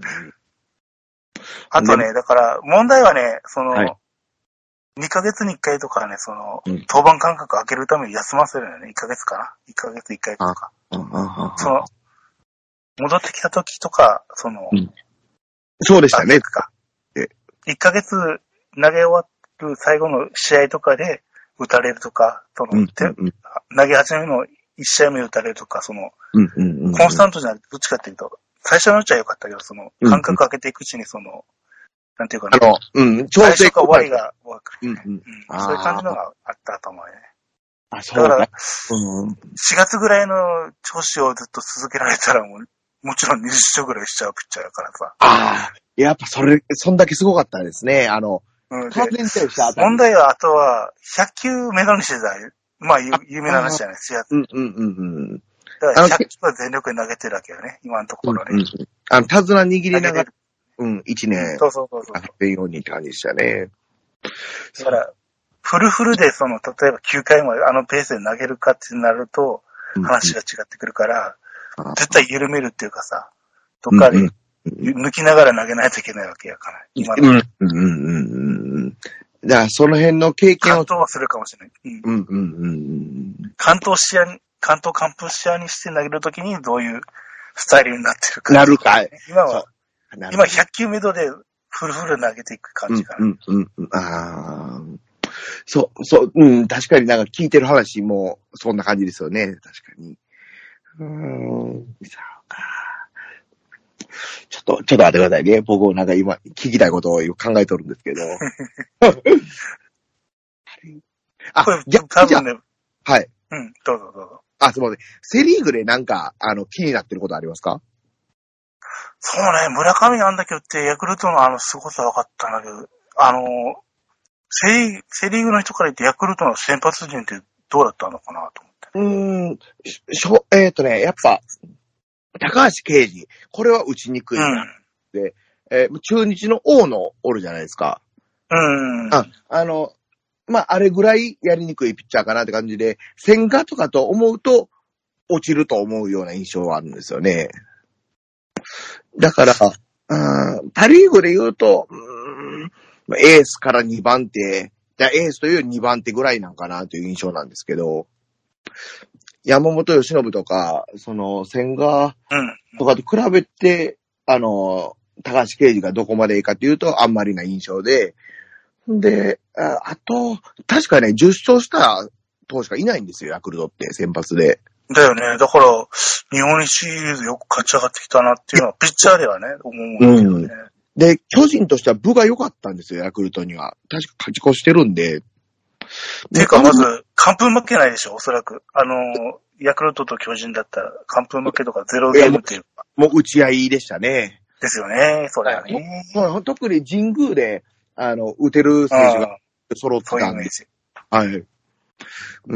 A: あとね、だから問題はね、その、はい、にかげつにいっかいとかね、その、うん、登板間隔空けるために休ませるよね。いっかげつかな ?いっ ヶ月いっかいとか。その、戻ってきた時とか、その、うん、
B: そうでしたね。
A: いっかげつ投げ終わる最後の試合とかで打たれるとか、その、うんうんうん、投げ始めのいち試合目打たれるとか、その、うんうんうん、コンスタントじゃなくてどっちかっていうと、最初のうちは良かったけど、その、間隔空けていくうちにその、なんていうかな、
B: あの、うん、
A: 調整か終わりが分かる、ねうんうんうん。そういう感じのがあったと思うよね。
B: あ、そう
A: だから、うん、しがつぐらいの調子をずっと続けられたらもう、もちろんにじゅっ勝ぐらいしちゃうピッチャーだからさ。
B: ああ、やっぱそれ、そんだけすごかったですね。あの、うん、
A: 問題は、あとは、ひゃく球目処にしてた。まあ、有名な話じゃないですか。
B: うんうんうんうん。
A: だからひゃく球は全力で投げてるわけよね、今のところね。うんうん、
B: あの、手綱握りながら、うん、いちねん。
A: そうそうそうそう。
B: やってんようにって感じでしたね。
A: だから、フルフルで、その、例えばきゅうかいまであのペースで投げるかってなると、話が違ってくるから、うんうん、絶対緩めるっていうかさ、どっかで、うんうん抜きながら投げないといけないわけやから。今の。
B: うんうんうんうん。だからその辺の経験を。
A: 関東はするかもしれない。
B: うんうんうんうん。
A: 関東視野に、関東完封視野にして投げるときにどういうスタイルになってるか。
B: なるかい。
A: 今は、今ひゃく球目処でフルフル投げていく感じかな。うん
B: うんうん。ああ。そう、そう、うん、確かになんか聞いてる話もそんな感じですよね。確かに。うーん。そうか。ちょっと、ちょっと待ってくださいね。僕もなんか今、聞きたいことを考えとるんですけど。
A: あ、じゃあ、多分ね。
B: はい。
A: うん、どうぞどうぞ。
B: あ、すみません。セリーグでなんか、あの、気になってることありますか？
A: そうね、村上あんだけ打って、ヤクルトのあの、凄さ分かったんだけど、あの、セリー、セリーグの人から言って、ヤクルトの先発陣ってどうだったのかなと
B: 思って。うーん、しょ、えっとね、やっぱ、高橋奎二、これは打ちにくい。うん、で、えー、中日の大野おるじゃないですか。
A: うん。
B: あ、あの、まあ、あれぐらいやりにくいピッチャーかなって感じで、千賀とかと思うと、落ちると思うような印象はあるんですよね。だから、うん、パリーグで言うと、うん、エースからにばん手、じゃエースというにばん手ぐらいなんかなという印象なんですけど、山本由伸とか、その、千賀とかと比べて、うん、あの、高橋奎二がどこまでいいかというと、あんまりな印象で、で、あ, あと、確かね、じゅっ勝した投手がいないんですよ、ヤクルトって先発で。
A: だよね。だから、日本シリーズよく勝ち上がってきたなっていうのは、ピッチャーではね、思うんですよね、うん。
B: で、巨人としては部が良かったんですよ、ヤクルトには。確か勝ち越してるんで。
A: ていうか、まず、完封負けないでしょ、おそらく。あの、ヤクルトと巨人だったら、完封負けとかゼロゲームっていうか。
B: もう打ち合いでしたね。
A: ですよね、それはね。
B: はい、特に神宮で、あの、打てる選手が揃ってたんで。はい。うん。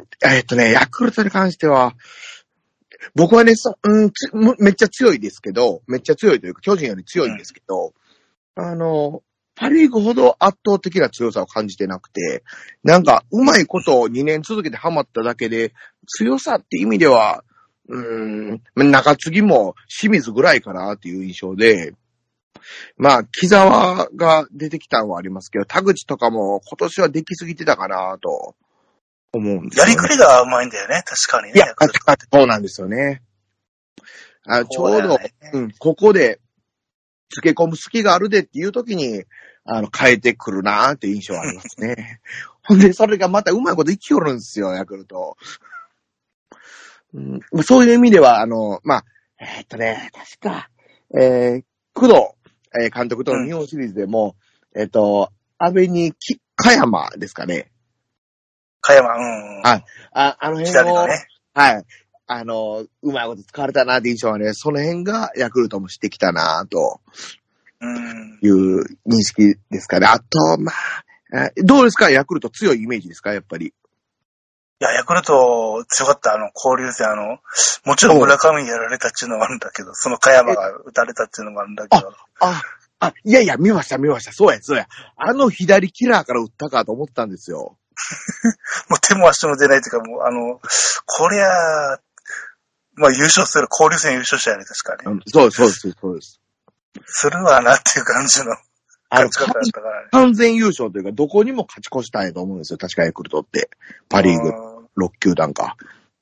B: えっとね、ヤクルトに関しては、僕はね、そ、うん、めっちゃ強いですけど、めっちゃ強いというか、巨人より強いんですけど、うん、あの、パリーグほど圧倒的な強さを感じてなくて、なんか、うまいことをにねん続けてハマっただけで、強さって意味では、うーん、中継ぎも清水ぐらいかなっていう印象で、まあ、木沢が出てきたのはありますけど、田口とかも今年はできすぎてたかなと思うんですよ、ね。
A: やりくりがうまいんだよね、確かにね。
B: いや、そうなんですよね。あちょうど、ね、うん、ここで、つけ込む隙があるでっていう時に、あの、変えてくるなーっていう印象はありますね。ほんで、それがまたうまいこと生きよるんですよ、ヤクルト。うん、そういう意味では、あの、まあ、えー、っとね、確か、えー、工藤、えー、監督との日本シリーズでも、うん、えー、っと、安倍にき、加山ですかね。
A: 加山、うん。
B: はい。あ、あの辺を、ね、はい。あの、うまいこと使われたなって印象はね、その辺がヤクルトもしてきたなと、いう認識ですかね。あと、まあ、どうですかヤクルト強いイメージですかやっぱり。
A: いや、ヤクルト強かった、あの、交流戦、あの、もちろん村上にやられたっていうのがあるんだけど、その加山が打たれたっていうのがあるんだけど。
B: あ、あ、あ、いやいや、見ました、見ました。そうや、そうや。あの左キラーから打ったかと思ったんですよ。
A: もう手も足も出ないというか、もう、あの、こりゃ、まあ優勝する、交流戦優勝したよね、確かに、ね。
B: そうです、そうです、そうです。
A: するわなっていう感じの勝ち方だったからね。
B: 完全優勝というか、どこにも勝ち越したいと思うんですよ、確かヤクルトって。パリーグろっ球団か。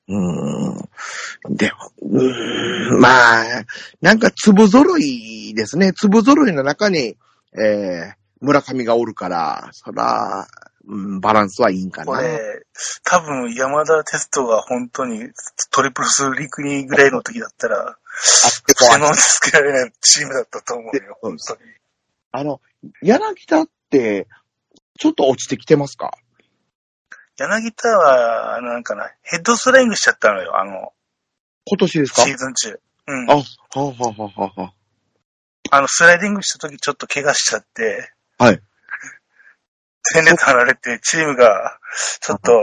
B: うーん。でも、うーん、まあ、なんか粒揃いですね。粒揃いの中に、えー、村上がおるから、そら、うん、バランスはいいんかな。
A: これ、多分山田テストが本当にトリプルスリークリーぐらいの時だったら、背のつけられないチームだったと思うよ。本当に。
B: あの、柳田って、ちょっと落ちてきてますか？
A: 柳田は、なんかな、ヘッドスライングしちゃったのよ、あの、
B: 今年ですか？
A: シーズン中。うん。
B: あ、はあ、はあ、はあ、はあ。
A: あの、スライディングした時ちょっと怪我しちゃって、
B: はい。
A: 戦列離れて、チームが、ちょっと、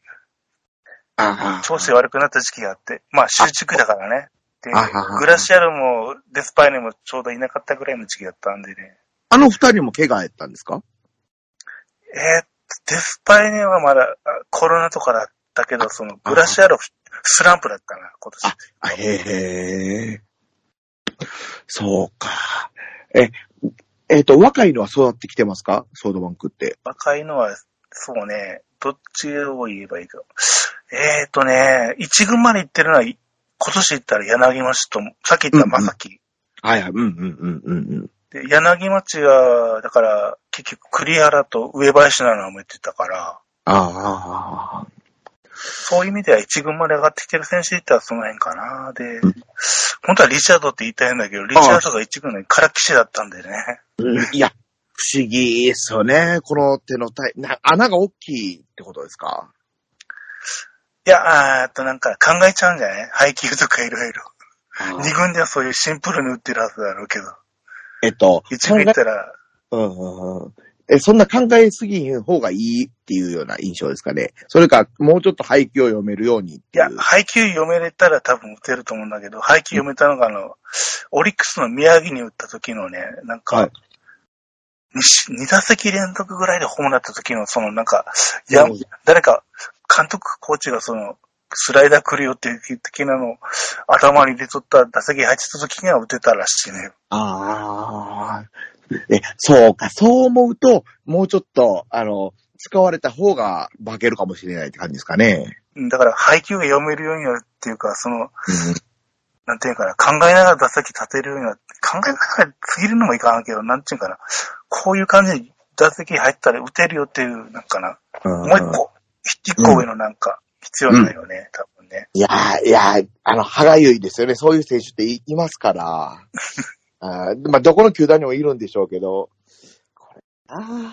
B: あ
A: 調子悪くなった時期があって、まあ、集中だからね。で
B: あ、
A: グラシアルもデスパイネもちょうどいなかったぐらいの時期だったんでね。
B: あの二人も怪我やったんですか？
A: えー、デスパイネはまだコロナとかだったけど、そのグラシアルスランプだったな、今年。
B: あ、へえ。そうか。え、えっと、若いのは育ってきてますか？ソードバンクって。
A: 若いのは、そうね、どっちを言えばいいか。えーとね、一軍まで行ってるのは、今年行ったら柳町と、さっき言った正木。
B: うんうん、はいはい、うんうんうんうん。
A: で、柳町は、だから、結局栗原と上林なのを言ってたから、
B: ああ。
A: そういう意味では一軍まで上がってきてる選手で言ったらその辺かな。で、うん、本当はリチャードって言いたいんだけど、リチャードが一軍の空騎士だったんでね。
B: うん、いや、不思議ですよね。この手のタイ、な穴が大きいってことですか？
A: いや、あーとなんか考えちゃうんじゃない配球とかいろいろ。二軍ではそういうシンプルに打ってるはずだろうけど。
B: えっと、
A: 一軍行ったら、
B: うんうんうん、え、そんな考えすぎん方がいいっていうような印象ですかね。それか、もうちょっと配球を読めるようにっていう。
A: いや、配球読めれたら多分打てると思うんだけど、配球読めたのがあの、オリックスの宮城に打った時のね、なんか、はい、に打席連続ぐらいでホームランだった時の、そのなんか、いや、誰か、監督、コーチがその、スライダー来るよっていう的なのを頭に入れとった打席入ってた時には打てたらしいね。
B: ああ。え、そうか、そう思うと、もうちょっと、あの、使われた方が化けるかもしれないって感じですかね。
A: だから、配球が読めるようになるっていうか、その、うん、なんていうかな、考えながら打席立てるようになって、考えながら過ぎるのもいかんけど、なんていうかな、こういう感じで打席入ったら打てるよっていう、なんかな、うん、もう一個、一個上のなんか、必要だよね、うん、多分ね。
B: いやー、いやー、あの、歯がゆいですよね。そういう選手っていますから。あまあ、どこの球団にもいるんでしょうけど。これあ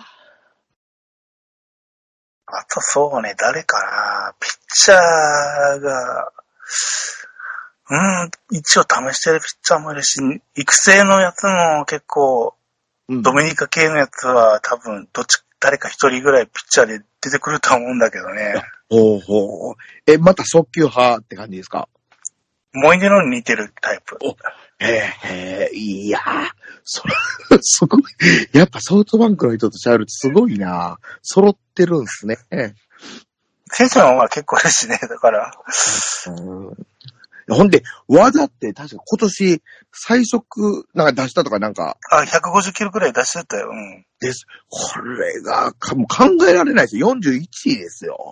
A: あとそうね、誰かな。ピッチャーが、うん、一応試してるピッチャーもいるし、育成のやつも結構、うん、ドミニカ系のやつは多分、どっち、誰か一人ぐらいピッチャーで出てくると思うんだけどね。
B: ほうほう。え、また速球派って感じですか？
A: モイネロに似てるタイプ。
B: へえ、いやー、それ、すごい。やっぱソフトバンクの人とシャールってすごいな。揃ってるんすね。
A: 選手の方が結構ですしね、だから。
B: うん、ほんで、技って確か今年最速なんか出したとかなんか。
A: あ、ひゃくごじゅっキロくらい出してたよ。うん。
B: です。これが、もう考えられないですよ。よんじゅういちいですよ。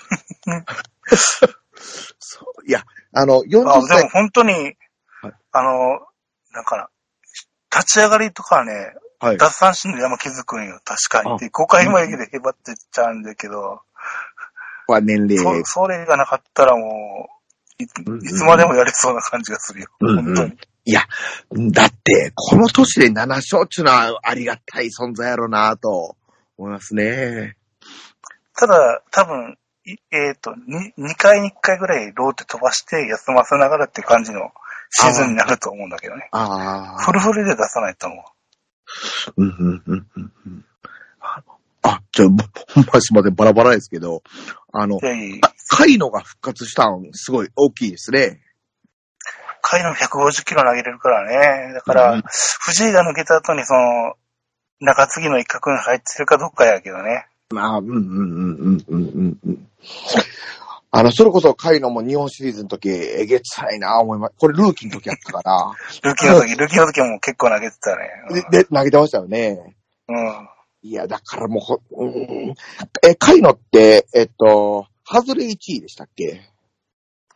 B: そういや、あの、よんじゅっさい。
A: あ、でも本当に、はい、あの、なんかな、立ち上がりとかね、はい、奪三振の山築くんよ、確かに。で、ごかいまででへばってっちゃうんだけど、
B: は年齢
A: そ。それがなかったらもうい、いつまでもやれそうな感じがするよ。うんうん、本当に。
B: いや、だって、この年でなな勝っていうのはありがたい存在やろうなと思いますね。
A: ただ、多分、えっと、に、にかいにいっかいぐらいローテ飛ばして休ませながらっていう感じのシーズンになると思うんだけどね。ああ。フルフルで出さないと思
B: う。うんうんうんうん。あ、じゃあ、ほんますまでバラバラですけど、あの、カイノが復活したのすごい大きいですね。
A: カイノひゃくごじゅっキロ投げれるからね。だから、うん、藤井が抜けた後にその、中継ぎの一角に入ってるかどうかやけどね。
B: まあ、うんうんうんうんうんうん。あの、それこそカイノも日本シリーズの時、えげつないな思います。これルーキーの時やったから。
A: ルーキーの時、ルーキーの時も結構投げてたね。
B: うん、で、で、投げてましたよね。
A: うん。
B: いや、だからもう、うん、え、カイノって、えっと、ハズレいちいでしたっけ？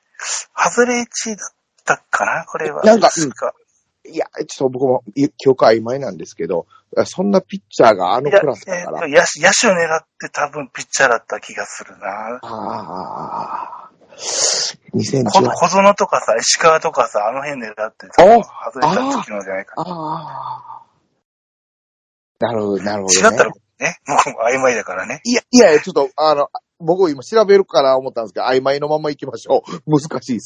A: 外れいちいだったかな、これは。
B: なんか、うん、いや、ちょっと僕も記憶曖昧なんですけど、そんなピッチャーがあのクラスだから。
A: 野手を狙って多分ピッチャーだった気がするな。
B: ああ。にせん
A: じゅう小園とかさ、石川とかさ、あの辺狙って外れた時のじゃないかな。
B: ああ。なるほど、なるほど、ね。
A: 違ったらね、僕も曖昧だからね。
B: いや、いや、ちょっと、あの、僕今調べるから思ったんですけど、曖昧のまま行きましょう。難しいです。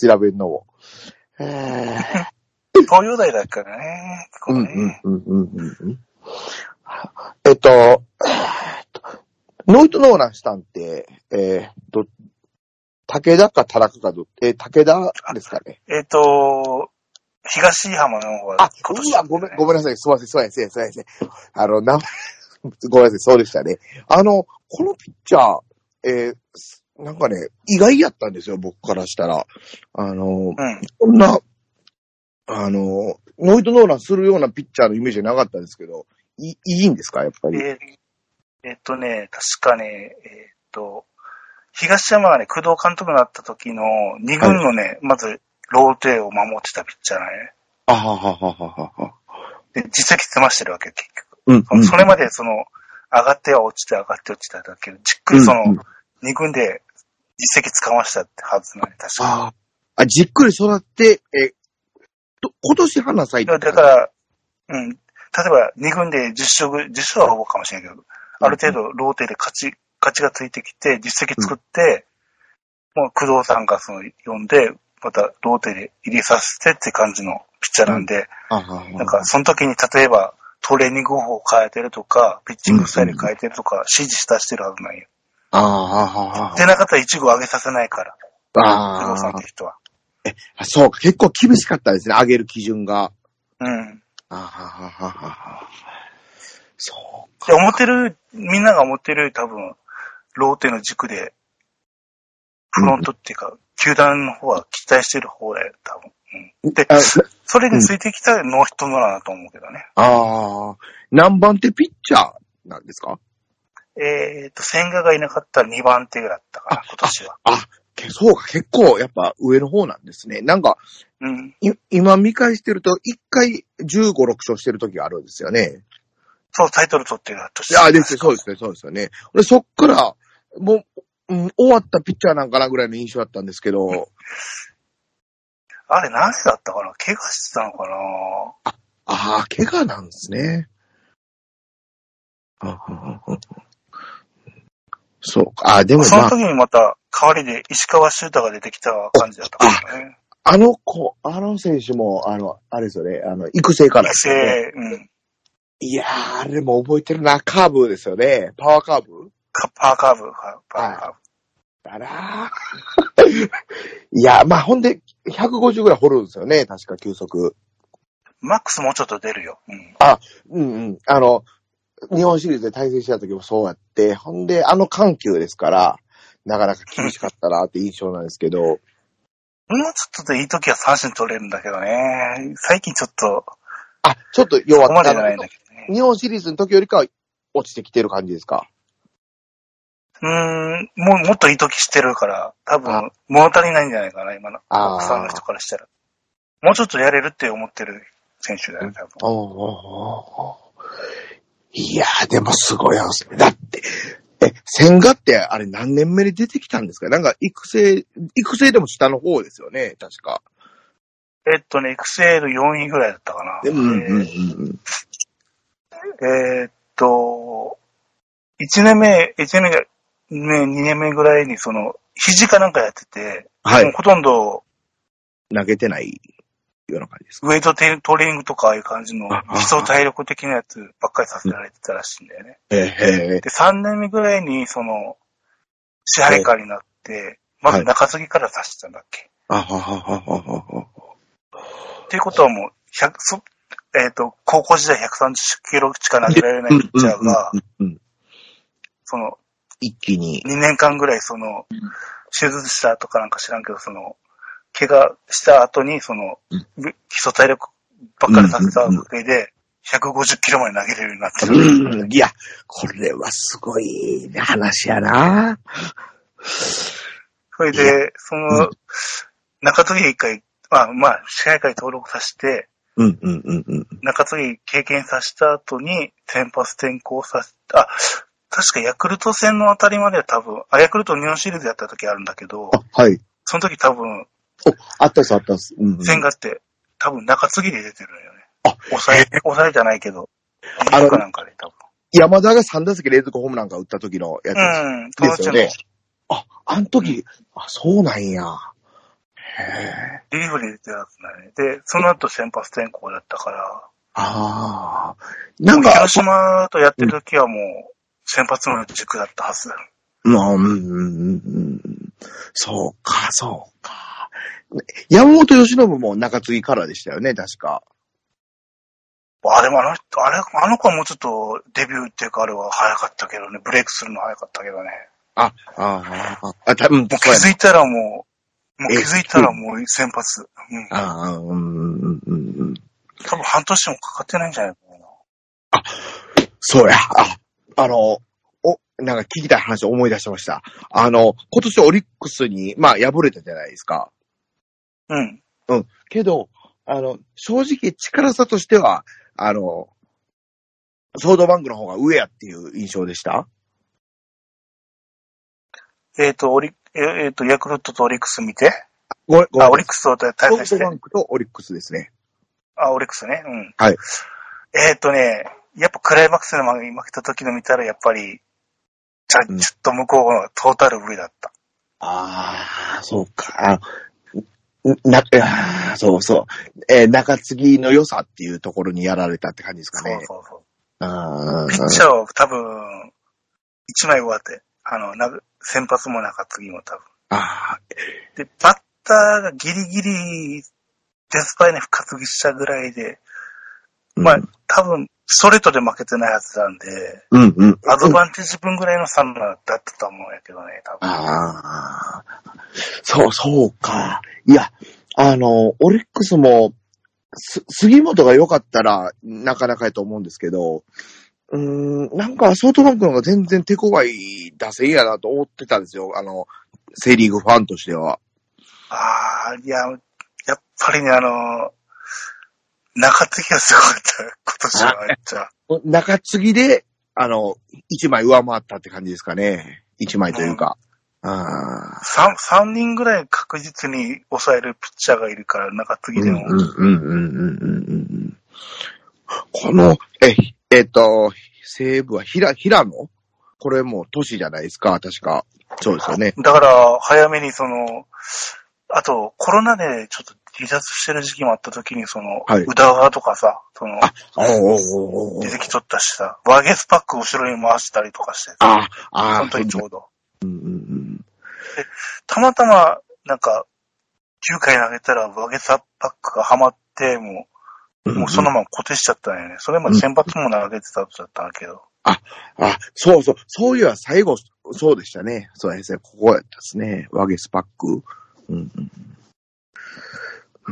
B: 調べるのも。
A: へー。東洋大だからね。ここね
B: うんうんうんうんうん。えっと、ノイトノーランしたんって、えー、ど、武田か田中かど、えー、武田ですかね。
A: えっと、東浜の方は、
B: あ、今年、ね、うわ、ごめん、ごめんなさい。すいません、すいません、すいません。あの、な、ごめんなさい、そうでしたね。あの、このピッチャー、えー、なんかね、意外やったんですよ、僕からしたら。あの、うん、こんな、あの、ノイトノーランするようなピッチャーのイメージなかったんですけど、いい、いいんですか、やっぱり。
A: えー、えー、っとね、確かね、えー、っと、東山がね、工藤監督になった時のに軍のね、はい、まず、ローテを守ってたピッチャーね。
B: あははははは。
A: で、実績つましてるわけよ、結局。
B: うんうん、
A: それまでその、上がっては落ちて上がって落ちただけど、じっくりその、に軍で実績つかましたってはずなんで、確かに。
B: ああ、じっくり育って、え、今年花咲いて
A: だから、うん。例えばに軍でじゅっ勝、じゅっ勝はほぼかもしれないけど、ある程度ローテで勝ち、勝ちがついてきて、実績作って、うん、もう工藤さんがその呼んで、またローテで入れさせてって感じのピッチャーなんで、うん、なんかその時に例えばトレーニング方法を変えてるとか、ピッチングスタイル変えてるとか、指示したしてるはずなんよ。
B: ああ。
A: でなかったら一軍上げさせないから。
B: ああ。
A: 工藤さんって人は。
B: え、そうか、結構厳しかったですね、上げる基準が。
A: うん。
B: あはははは。そうか。
A: で、思ってる、みんなが思ってる多分、ローテの軸で、フロントっていうか、うん、球団の方は期待してる方だよ、多分。うん、で、それについてきたノーヒットノーランだと思うけどね。
B: ああ。何番手ピッチャーなんですか？
A: えっと、千賀がいなかったらにばん手ぐらいだったかな、今年は。
B: あ、あそうか、結構やっぱ上の方なんですね。なんか、
A: うん、
B: 今見返してると、一回じゅうご、ろく勝してる時があるんですよね。
A: そう、タイトル取ってる
B: として。いや、ですそうですね、そうですよね。で、そっから、もう、うん、終わったピッチャーなんかなぐらいの印象だったんですけど。うん、
A: あれ、何だったかな？怪我してたのかな？
B: あ、ああ、怪我なんですね。そうか。あ、でも、まあ、
A: その時にまた、代わりで石川修太が出てきた感じだったからね。
B: あ、あの子、あの選手も、あの、あれですよね、あの、育成からですよね。
A: 育成、うん。
B: いやー、あれも覚えてるな、カーブですよね。パワーカーブ
A: パワーカーブ、パワーカーブ。
B: あらー。いや、まあ、ほんで、ひゃくごじゅうぐらい掘るんですよね、確か球速。
A: マックスもうちょっと出るよ。うん、
B: あ、うんうん。あの、日本シリーズで対戦した時もそうやって、ほんで、あの緩急ですから、なかなか厳しかったなって印象なんですけど。もう
A: ちょっとでいい時は三振取れるんだけどね。最近ちょっと。
B: あ、ちょっと弱った。
A: そこまでじゃないんだけどね。
B: 日本シリーズの時よりかは落ちてきてる感じですか？
A: うーん、もう、もっといい時してるから、多分、物足りないんじゃないかな、今の。奥さんの人からしたら。もうちょっとやれるって思ってる選手だよね、多分。
B: おーおーいやー、でもすごいですね。だって、え、千賀ってあれ何年目に出てきたんですか？なんか育成、育成でも下の方ですよね、確か。
A: えっとね、育成のよんいぐらいだったかな。
B: うんうんうんうん
A: えー、っと、いちねんめ、いちねんめ、にねんめぐらいにその、肘かなんかやってて、はい、もうほとんど、
B: 投げてないような感じですか？
A: ウェイトトレーニングとかああいう感じの基礎体力的なやつばっかりさせられてたらしいんだよね。
B: うん、へ
A: で、さんねんめぐらいにその、支配下になって、まず中継ぎからさしてたんだっけ。
B: あははははは。
A: っていうことはもう、ひゃく、そ、えっと、高校時代ひゃくさんじゅっキロしか投げられないピッチャーが、その、
B: 一気に。
A: にねんかんぐらいその、手術したとかなんか知らんけど、その、怪我した後に、その、基礎体力ばっかりさせたおかげで、ひゃくごじゅっキロまで投げれるようになってる。
B: うん、いや、これはすごい話やな。
A: それで、その、 中継ぎ一回、まあまあ、試合会登録させて、
B: うんうんうんうん。
A: 中継ぎ経験させた後に、先発転向させた、あ、確かヤクルト戦のあたりまでは多分、あ、ヤクルト日本シリーズやった時あるんだけど、
B: あ、はい。
A: その時多分、
B: お、あったっすあったっす。うんうん、
A: 千賀って、多分中継ぎで出てるよね。
B: あ、
A: 抑え、抑えじゃないけど、
B: あの、
A: なんかで多分。
B: 山田がさん打席連続ホームランか打った時のやつですよね。うん、あ、あの時、うん、あ、そうなんや。
A: へぇ。リーフで出てるやつだね。で、その後先発転向だったから。
B: ああ。なんか。
A: 広島とやってる時はもう、先発の軸だったはずだ。
B: うん、うん、うん。そうか、そうか。山本由伸も中継ぎからでしたよね、確か。
A: あ、でもあの人、あれ、あの子はもうちょっとデビューっていうかあれは早かったけどね、ブレイクするの早かったけどね。
B: あ、ああ、あ、多分、もう
A: 気づいたらもう、もう気づいたらもう先発。うん。
B: ああ、うん、うん、うん。
A: 多分半年もかかってないんじゃないかな。
B: あ、そうや、あ、あの、お、なんか聞きたい話を思い出しました。あの、今年オリックスに、まあ、敗れたじゃないですか。
A: うん。
B: うん。けど、あの、正直力差としては、あの、ソフトバンクの方が上やっていう印象でした？
A: えっと、オリ、えっと、ヤクルトとオリックス見て。
B: ごめん、ごめん。
A: あ、オリックスと対戦して。
B: ソフトバンクとオリックスですね。
A: あ、オリックスね。うん。
B: はい。
A: えっとね、やっぱクライマックスで負けた時の見たら、やっぱり、ちょ、ちょっと向こうのトータル無理だった。
B: ああ、そうか。な、あそうそう。えー、中継ぎの良さっていうところにやられたって感じですかね。
A: そうそうそう。
B: あ
A: ピッチャーを多分、一枚上手。あの、な先発も中継ぎも多分。
B: あ
A: で、バッターがギリギリ、デスパイネ復活したぐらいで、うん、まあ、多分、ストレートで負けてないはずなんで、
B: うんうん、
A: アドバンテージ分ぐらいの差だったと思うんやけどね、多分。
B: ああ、そう、そうか。いや、あの、オリックスも、す、杉本が良かったら、なかなかやと思うんですけど、うーん、なんか、ソフトバンクの方が全然手強い打線やなと思ってたんですよ。あの、セリーグファンとしては。
A: ああ、いや、やっぱりね、あの、中継ぎがすごかった。今年はめっちゃ。
B: 中継ぎで、あの、一枚上回ったって感じですかね。一枚というか。うん、あ
A: 三、三人ぐらい確実に抑えるピッチャーがいるから、中継ぎでも。
B: うんうんうんうんうんうん。この、え、えっと、西武は平、平野これもう都市じゃないですか、確か。そうですよね。
A: だから、早めにその、あと、コロナでちょっと離脱してる時期もあった時に、その、はい、宇田川とかさ、その、出てきとったしさ、ワゲスパックを後ろに回したりとかして、
B: ああ、
A: その時ちょうど。
B: うんうんうん、
A: でたまたま、なんか、きゅうかい投げたらワゲスパックがハマって、もう、うんうん、もうそのまま固定しちゃったんよね。それまで先発も投げてた後だったんだけど。
B: あ、あ、そうそう、そういえば最後、そうでしたね。そうですね、ここやったですね。ワゲスパック。うんうんうん、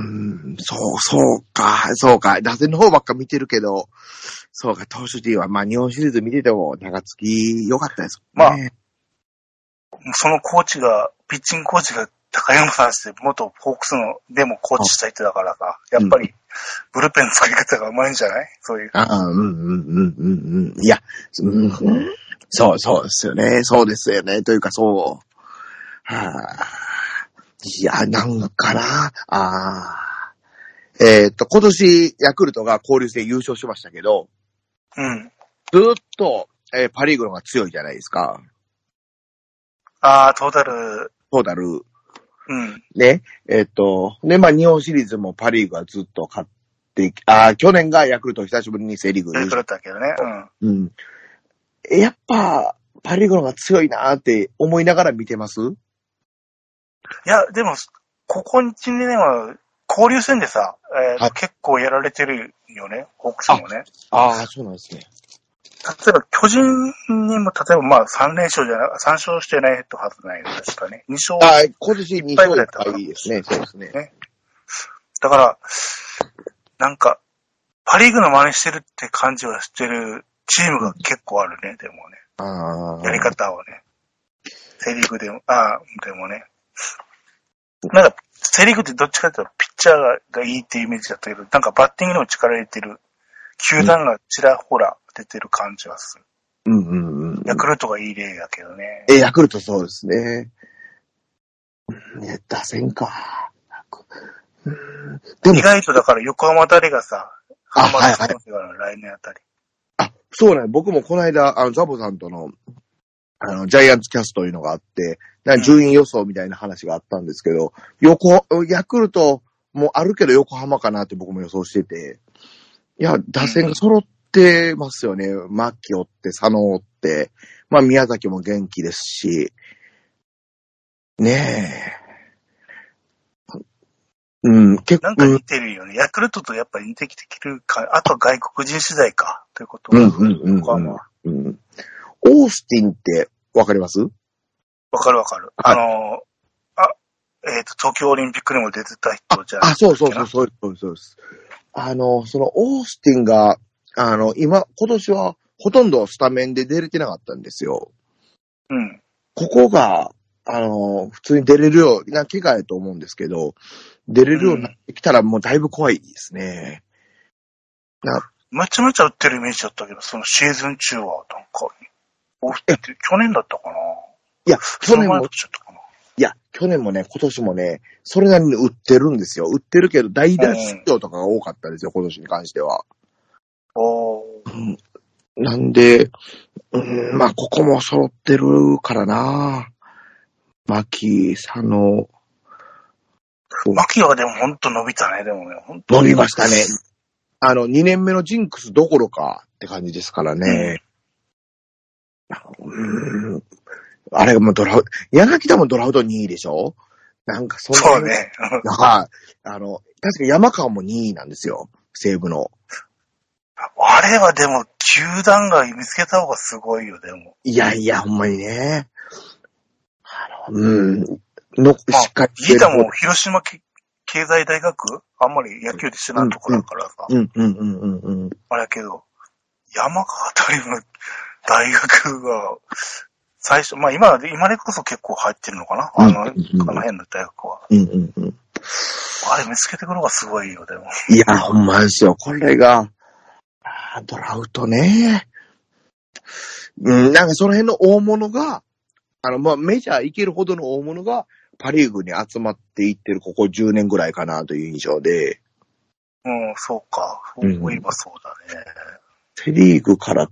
B: そう、そうか、そうか。打線の方ばっか見てるけど、そうか、投手陣は、まあ、日本シリーズ見てても、長継ぎ良かったですもんね。
A: まあ、そのコーチが、ピッチングコーチが高山さんして、元ホークスの、でもコーチした人だからさ、やっぱり、ブルペンの作り方がうまいんじゃないそういう。
B: ああ、うんうんうんうんうん。いや、うん、そうそうですよね。そうですよね。というか、そう。はあいや、なんかな。ああ。えっと、今年、ヤクルトが交流戦優勝しましたけど、
A: うん。
B: ずっと、えー、パリーグの方が強いじゃないですか。
A: ああ、トータル。
B: トータル。
A: うん。
B: ね。えっと、ね、まあ、日本シリーズもパリーグはずっと勝って、ああ、去年がヤクルト久しぶりにセリーグ優
A: 勝。だったけどね。
B: うん。うん。やっぱ、パリーグの方が強いなーって思いながら見てます？
A: いや、でも、ここいちねんは、交流戦でさ、えーはい、結構やられてるよね、ホークスもね。
B: ああ、そうなんですね。
A: 例えば、巨人にも、例えばまあさん連勝じゃない、さん勝してないとはずないよ、確かね。に勝。
B: ああ、今年に勝いっぱいですね、そうですね。ね
A: だから、なんか、パリーグの真似してるって感じはしてるチームが結構あるね、でもね。
B: ああ。
A: やり方をね。セリーグでも、ああ、でもね。なんか、 セリーグってどっちかというとピッチャーがいいっていうイメージだったけど、なんかバッティングにも力入れてる、球団がちらほら出てる感じはする。
B: うんうんうん。
A: ヤクルトがいい例だけどね。
B: え、ヤクルトそうですね。ね、打線か。
A: うん、でも意外とだから横浜あたりがさ、
B: あ、はいはい。
A: 来年あたり。
B: あ、そうね。僕もこの間、あの、ザボさんとの、あの、ジャイアンツキャストというのがあって、順位予想みたいな話があったんですけど、うん、横、ヤクルトもあるけど横浜かなって僕も予想してて、いや、打線が揃ってますよね。うん、牧をって、佐野をって、まあ宮崎も元気ですし、ねえ。うん、結構。
A: なんか似てるよね。ヤクルトとやっぱり似てきてるか、あとは外国人取材か、ということは。
B: うんうんうん、うんうん。オースティンってわかります？
A: わかるわかる。あの、あ、えっと、東京オリンピックにも出てた人じゃない
B: あ、そうそうそう、そうです、そうです。あの、そのオースティンが、あの、今、今年はほとんどスタメンで出れてなかったんですよ。
A: うん。
B: ここが、あの、普通に出れるような機会だと思うんですけど、出れるようになってきたらもうだいぶ怖いですね。
A: なまちまちゃ打ってるイメージだったけど、そのシーズン中は、なんか、え、去年だったかな？
B: いや、去年も、いや、去年もね、今年もね、それなりに打ってるんですよ。打ってるけど、代打出場とかが多かったですよ、今年に関しては。
A: おー。
B: うん、なんで、うん、まあ、ここも揃ってるからな。牧、佐野。
A: 牧はでもほんと伸びたね、でもね。
B: 本当伸びましたね。あの、にねんめのジンクスどころかって感じですからね。うん、うんあれがもうドラフト、柳田もドラフトにいでしょ？なんかそんな。
A: そうね。
B: なんか、あの、確か山川もにいなんですよ。西武の。
A: あれはでも、球団が見つけた方がすごいよ、でも。
B: いやいや、ほんまにね。あの、うん。の、
A: まあ、
B: しっかり。
A: ギタも広島経済大学あんまり野球で知らんとこだからさ。
B: うんうんうんうんうん。
A: あれやけど、山川あたりの大学が、最初、まあ今、今でこそ結構入ってるのかな、あの、うんうんうん、あの辺の大学は。
B: うんうんうん。
A: あれ見つけてくるのがすごいよ、でも。
B: いや、ほんまですよ。これが、あドラフトね。うん、なんかその辺の大物が、あの、まあ、メジャー行けるほどの大物が、パリーグに集まっていってるここじゅうねんぐらいかなという印象で。
A: うん、そうか。そういえばそうだね。
B: セリーグからって、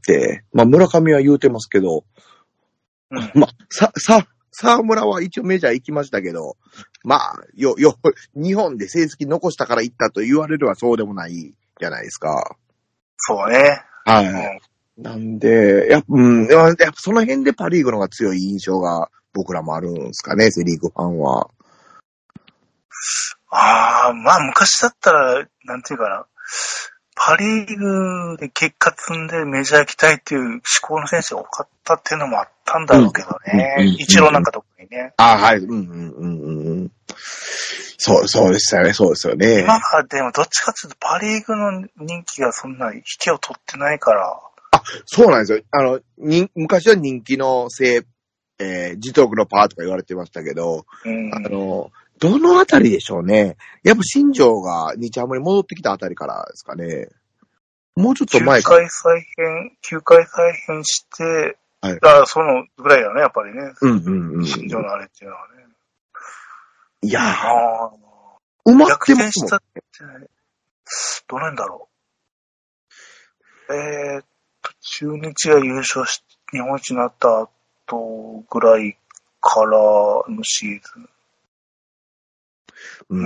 B: まあ、村上は言うてますけど、うん、まあ、さ、さ、沢村は一応メジャー行きましたけど、まあ、よ、よ、日本で成績残したから行ったと言われればそうでもないじゃないですか。
A: そうね。
B: はい。うん、なんで、やっぱ、うん、やっぱその辺でパリーグの方が強い印象が僕らもあるんですかね、セリーグファンは。
A: ああ、まあ昔だったら、なんていうかな。パリーグで結果積んでメジャー行きたいっていう思考の選手が多かったっていうのもあったんだろうけどね。うんうんうんうん、一郎なんか特にね。
B: ああ、はい。うんうんうんうん。そう、そうですよね、そうですよね。
A: 今はでもどっちかっていうとパリーグの人気がそんな引きを取ってないから。
B: あ、そうなんですよ。あの、に昔は人気のせい、えー、自得のパーとか言われてましたけど、うん、あの、どのあたりでしょうね。やっぱ新庄が日ハムに戻ってきたあたりからですかね。もうちょっと前
A: か。きゅうかい再編、きゅうかい再編して、はい、あそのぐらいだね、やっぱりね。
B: うんうんうん。
A: 新庄のあれっていうのはね。
B: いやー。
A: あ
B: うまくても。
A: 逆転したって、どうなんだろう。えーっと、中日が優勝し、日本一になった後ぐらいからのシーズン。うん、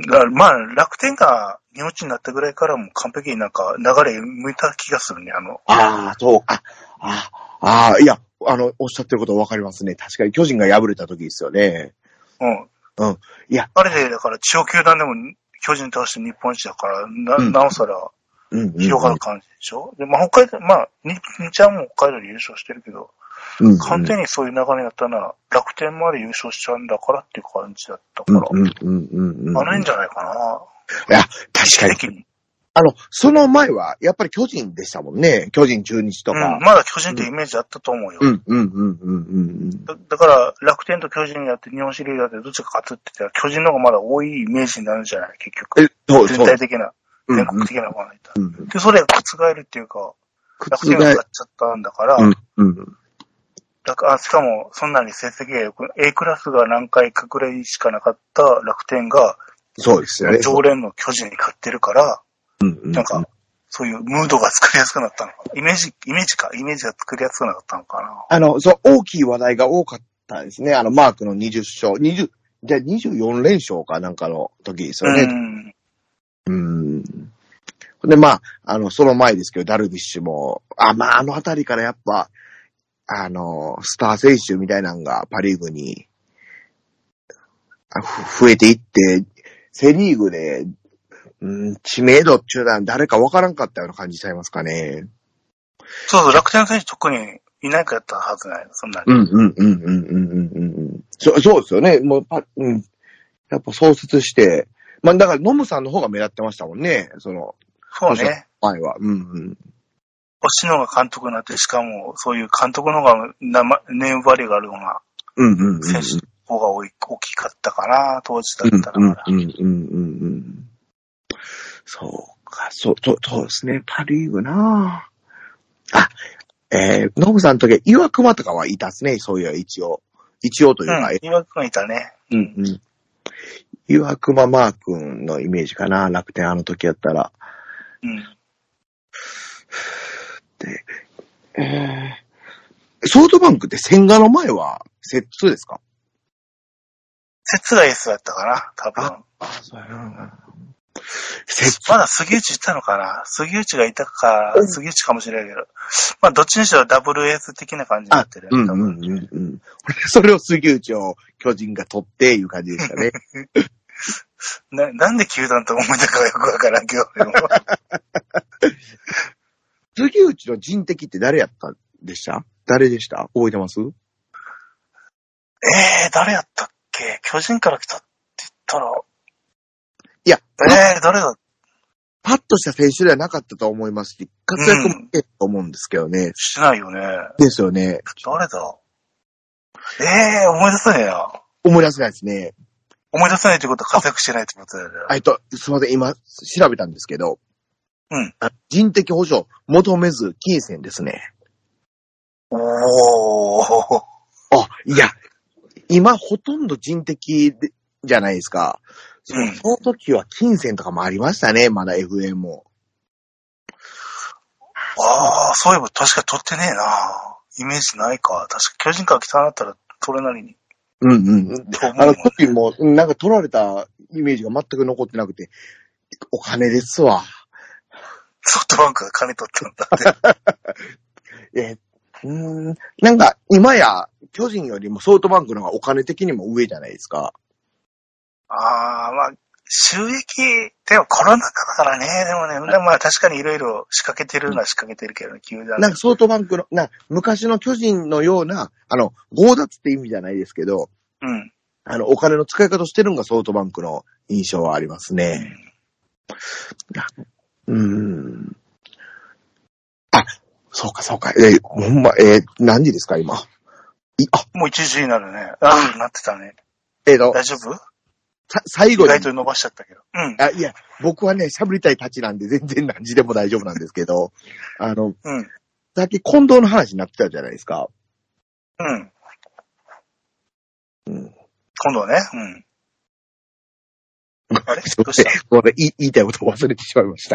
A: だからまあ、楽天が日本一になったぐらいからも完璧になんか流れ向いた気がするね、あの。
B: ああ、そう、あ、ああ、いや、あの、おっしゃってることわかりますね。確かに巨人が敗れた時ですよね。
A: うん。
B: うん。いや。
A: あれで、だから、地方球団でも巨人に倒して日本一だから、な、うん、なおさら、広がる感じでしょ、うんうんうん、で、まあ、北海道、まあ、日ハムも北海道で優勝してるけど、うんうん、完全にそういう流れになったのは、楽天まで優勝しちゃうんだからっていう感じだったから、うんうんうんうん、あれんじゃないかな。
B: いや、確かに。 あの、その前は、やっぱり巨人でしたもんね。巨人、中日とか。
A: うん、まだ巨人ってイメージあったと思うよ。
B: うん、うん、うん、うん、うん。
A: だ, だから、楽天と巨人やって日本シリーズやってどっちが勝つって言ったら、巨人の方がまだ多いイメージになるんじゃない結局。
B: え、そう
A: 全体的な、全国的なものがいた、
B: うんうん。
A: で、それが覆るっていうか、楽天が勝っちゃったんだから、
B: うん、うん。
A: だから、しかも、そんなに成績が良く、A クラスが何回かくらいしかなかった楽天が、
B: そうですよね。
A: 常連の巨人に勝ってるから、
B: うんうんうん、
A: なんか、そういうムードが作りやすくなったのかな。イメージ、イメージか、イメージが作りやすくなったのかな。
B: あの、そう、大きい話題が多かったですね。あの、マークのにじゅっ勝、にじゅう、じゃあにじゅうよん連勝かなんかの時ですよね。うん。うん。で、まあ、あの、その前ですけど、ダルビッシュも、あ、まあ、あのあたりからやっぱ、あの、スター選手みたいなのがパリーグに増えていって、セリーグで、うん、知名度っていうのは誰かわからんかったような感じちゃいますかね。
A: そうそう、楽天選手特にいないかやったはずない、そんなに。
B: うんうんうんうんうんうんうん。そう、そうですよね。もうパ、うん。やっぱ創設して、まあだからノムさんの方が目立ってましたもんね。その、
A: そうね。
B: 前は。うんうん。
A: 星野が監督になって、しかもそういう監督の方がネームバリューがあるような選手の方が大きかったかな、当時だったら。
B: うんうんうんうんうん。そうか、そう、そう、そうですね。パリーグなぁ。あ、えー、ノブさんの時は岩隈とかはいたっすね。そういや、一応。一応というか。
A: うん、岩隈いたね。
B: うんうん。岩隈マー君のイメージかな。楽天あの時やったら。
A: うん。
B: で、えー、ソフトバンクって千賀の前は、摂津ですか？
A: 摂がエースだったかな、多分。あ、あそうやな。まだ杉内いたのかな、杉内がいたか、杉内かもしれないけど。まあ、どっちにしろダブルエース的な感じになってるよね。
B: うんうんうんうん。それを杉内を巨人が取っていう感じでしたね。
A: な、なんで球団と思いたかよくわからんけど。
B: 杉内の人的って誰やったでした誰でした覚えてます？
A: ええー、誰やったっけ巨人から来たって言ったら。
B: いや、
A: ええー、誰だ
B: パッとした選手ではなかったと思いますし、活躍もええと思うんですけどね、うん。
A: してないよね。
B: ですよね。
A: 誰だええー、思い出せねえな。
B: 思い出せないですね。
A: 思い出せないってことは活躍してないってことだよね。
B: えっと、すいません、今調べたんですけど、
A: うん。
B: 人的保障求めず金銭ですね。
A: おー。
B: あ、いや、今ほとんど人的でじゃないですか。その、うん、その時は金銭とかもありましたね、まだ エフエー も。
A: ああ、そういえば確か取ってねえな。イメージないか。確か巨人から来たんだったら取れなりに。
B: うんうん。あの時も、なんか取られたイメージが全く残ってなくて、お金ですわ。
A: ソフトバンクが金取ったんだって。
B: えうん、なんか、今や、巨人よりもソフトバンクの方がお金的にも上じゃないですか。
A: ああ、まあ、収益、でもコロナ禍だからね、でもね、まあ確かにいろいろ仕掛けてるのは仕掛けてるけどね、球団。
B: なんかソフトバンクの、な、昔の巨人のような、あの、強奪って意味じゃないですけど、
A: うん。
B: あの、お金の使い方してるのがソフトバンクの印象はありますね。うん。うんあ、そうかそうか。えー、ほんま、えー、何時ですか、今。
A: いあ、もういちじになるね。あ、なってたね。
B: えーと、
A: 大丈夫？
B: さ、最後に。
A: 意外と伸ばしちゃったけど。うん。
B: あ、いや、僕はね、喋りたいたちなんで全然何時でも大丈夫なんですけど、あの、
A: うん。
B: さっき近藤の話になってたじゃないですか。
A: うん。
B: うん。
A: 今度はね、うん。あれどうした？
B: ごめん、言いたいことを忘れてしまいました。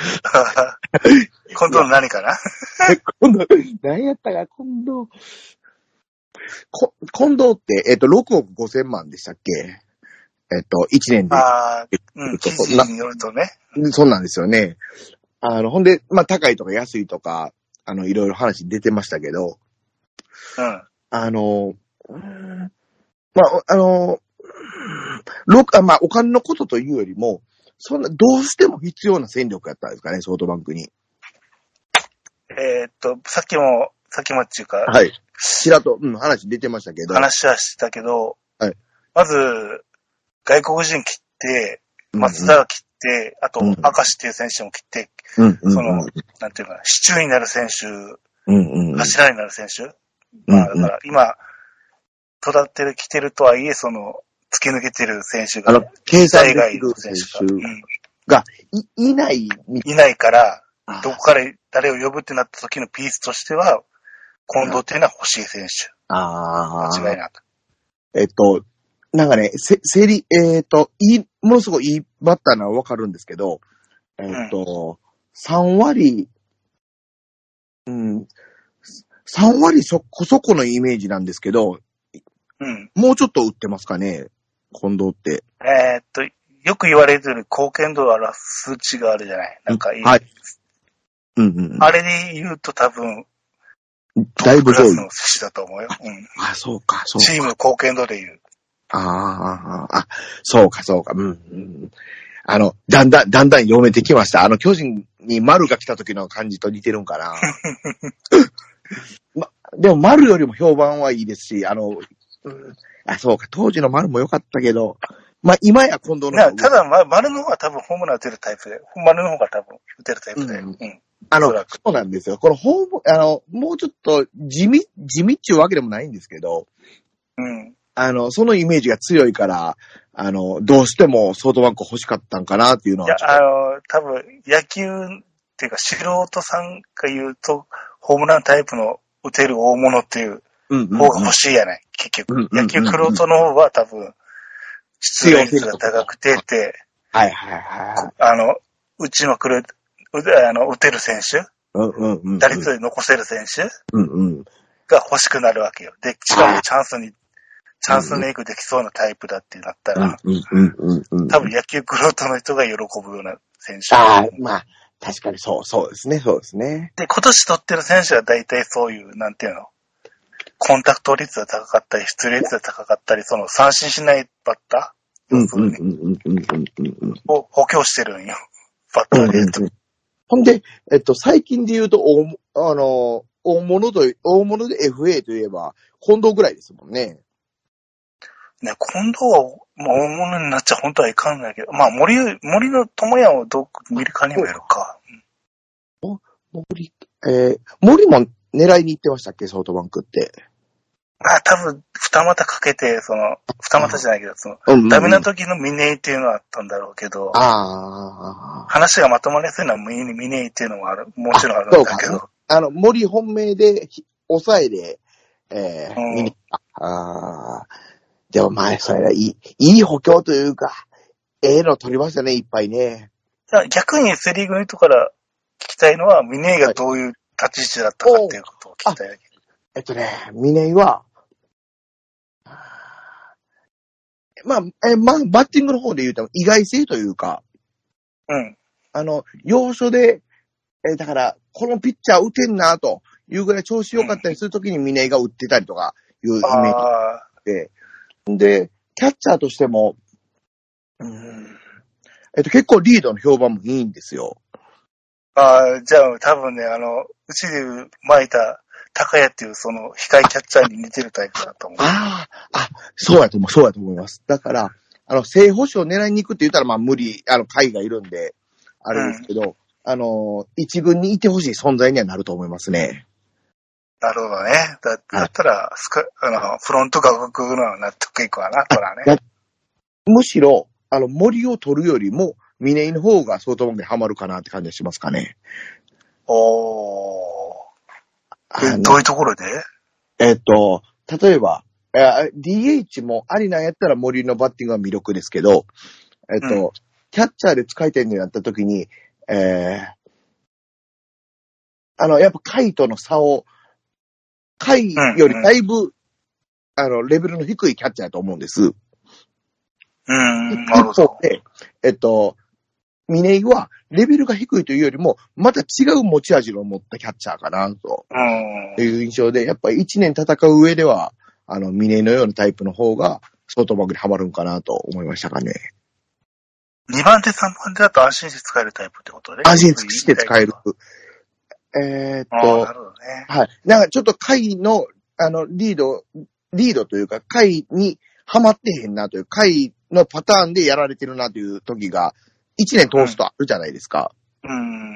A: 今度の何かな
B: 今度、何やったか、今度。こ、近藤って、えっと、ろくおくごせんまんでしたっけ？えっと、いちねんで。
A: ああ、うん、記事によるとね。
B: そうなんですよね。あの、ほんで、まあ、高いとか安いとか、あの、いろいろ話出てましたけど、
A: うん。
B: あの、まあ、あの、ろく、あ、まあ、お金のことというよりも、そんな、どうしても必要な戦力やったんですかね、ソフトバンクに。
A: えー、っと、さっきも、さっきもっていうか、
B: はい。ちらっと、うん、話出てましたけど。
A: 話はしてたけど、
B: はい。
A: まず、外国人切って、松田切って、あと、明石っていう選手も来て、
B: うん、
A: その、なんていうかな、支柱になる選手、
B: うんうん、
A: 柱になる選手、まあ、だから今、育ってる、来てるとはいえ、その、突き抜けてる選手が、
B: あの、経済外の選手がい、いないみたい。
A: いないから、どこから誰を呼ぶってなった時のピースとしては、近藤っていうのは欲しい選手。
B: ああ。
A: 間違いなく。
B: えっと、なんかね、せ、せり、えっと、いい、ものすごいいいバッターなのはわかるんですけど、えっと、うん、さん割、うん、さん割そこそこのイメージなんですけど、うん、もうちょっと打ってますかね、近藤って。
A: えー、っと、よく言われてる貢献度を表す数値があるじゃない。なんかいい。
B: はい。うんうん。
A: あれで言うと多分、
B: だいぶ上位
A: の選手だと思うよ。うん。
B: あ、そうか、そうか。
A: チーム貢献度で言う。
B: ああ、あ、そうか、そうか。うん、うん。あの、だんだん、だんだん読めてきました。あの、巨人に丸が来た時の感じと似てるんかな。ま、でも丸よりも評判はいいですし、あの、うん、あ、そうか、当時の丸も良かったけど、まあ、今や近藤の方が。
A: ただ、ま、丸の方が多分ホームラン打てるタイプで、丸の方が多分打てるタイプで。うん。うん、
B: あの、そうなんですよ。このホーム、あの、もうちょっと地味、地味っていうわけでもないんですけど、うん。あの、そのイメージが強いから、あの、どうしてもソフトバンク欲しかったんかなっていうのは。
A: いや、あの、多分、野球っていうか素人さんが言うと、ホームランタイプの打てる大物っていう方が欲しいやない、結局。野球クロートの方は多分、出塁率が高くてって、
B: はいはいはい。
A: あの、うちのくる、あの、打てる選手、
B: うんうんうん、
A: 打率で残せる選手、
B: うんうん、
A: が欲しくなるわけよ。で、しかもチャンスに、チャンスメイクできそうなタイプだってなったら、多分野球クロートの人が喜ぶような選手。
B: ああ、まあ、確かにそう、そうですね、そうですね。
A: で、今年取ってる選手は大体そういう、なんていうの、コンタクト率が高かったり、出塁率が高かったり、その三振しないバッターを補強してるんよ。バッターで言うと。うんうんうん、
B: ほんで、えっと、最近で言うと、大、あの、大物と、大物で エフエー といえば、近藤ぐらいですもんね。
A: ね、近藤は、まあ、大物になっちゃ本当はいかんないけど、まあ、森、森の友也をどう見るかにもよるか。
B: お、森、えー、森も狙いに行ってましたっけ、ソフトバンクって。
A: まあ、多分、二股かけて、その、二股じゃないけど、その、うんうんうん、ダメな時の峰井っていうのはあったんだろうけど、あ話がまとまりやすいのは峰井っていうのもある、もちろんあるんだけど。
B: あの、森本命で、抑えで、えー、うん、ああ、でもまあ、それはいい、いい補強というか、ええの取りましたね、いっぱいね。
A: 逆にセリーグの人から聞きたいのは、峰井がどういう立ち位置だったかっていうことを聞きたいわけ。
B: えっとね、峰井は、まあ、え、まあ、バッティングの方で言うと意外性というか、うん。あの、要所で、え、だから、このピッチャー打てんなというぐらい調子良かったりするときに峰井が打ってたりとかいうイメージで、で、キャッチャーとしても、うん、えっと、結構リードの評判もいいんですよ。
A: ああ、じゃあ多分ね、あの、うちで巻いた高谷っていうその控えキャッチャーに似てるタイプだと思う。
B: ああ、あ、そうやと思う、そうやと思います。だから、あの、正捕手を狙いに行くって言ったらまあ無理、あの、海がいるんで、あれですけど、うん、あの、一軍にいてほしい存在にはなると思いますね。
A: なるほどね。だ, だったら、スカ、あの、フロントが動くのは納得いくわな、これはね。
B: むしろ、あの、森を取るよりも、峰井の方がソフトバンクにハマるかなって感じがしますかね。
A: おー。どういうところで？
B: えっと、例えば、ディーエイチ もありなんやったら森のバッティングは魅力ですけど、えっと、うん、キャッチャーで使いたいになった時に、えー、あの、やっぱ回との差を、回よりだいぶ、うんうん、あの、レベルの低いキャッチャーだと思うんです。
A: うん、なるほど。
B: で、えっと、峰井はレベルが低いというよりも、また違う持ち味を持ったキャッチャーかな、という印象で、やっぱり一年戦う上では、あの、峰井のようなタイプの方が、ソフトバンクにハマるんかなと思いましたかね。
A: にばん手、さんばん手だと安心して使えるタイプってことね。
B: 安心して使える。えー、っと、
A: なるほどね。
B: はい。なんかちょっと回の、あの、リード、リードというか、回にハマってへんなという、回のパターンでやられてるなという時が一年通すとあるじゃないですか。
A: うん。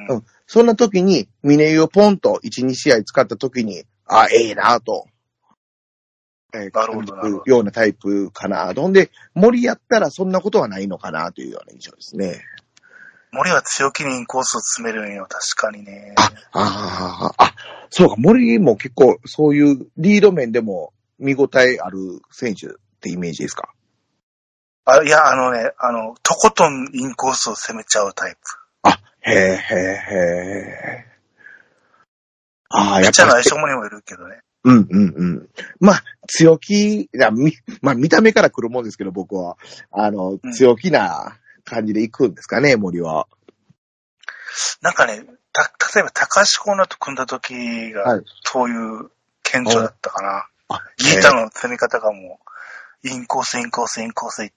B: うん。そんな時に、峰湯をポンといち、に試合使った時に、あ、ええなと。えー、
A: なるほど、なるほど。
B: ようなタイプかな。ほんで、森やったらそんなことはないのかなというような印象ですね。
A: 森は強気にインコースを詰めるんよ、確かにね。
B: あ、ああ、あ、そうか、森も結構そういうリード面でも見応えある選手ってイメージですか？
A: あ、いや、あのね、あの、とことんインコースを攻めちゃうタイプ。
B: あ、へえ、へえ、へえ。ああ、
A: やっぱり。ピッチャーの相性もにもいるけどね。
B: うんうんうん。まあ、強気、いや、み、まあ見た目から来るもんですけど、僕は。あの、うん、強気な感じで行くんですかね、森は。
A: なんかね、た、例えば高橋コーナーと組んだ時が、はい、そういう顕著だったかな。ギータの攻め方がもう、インコース、インコース、インコース行って、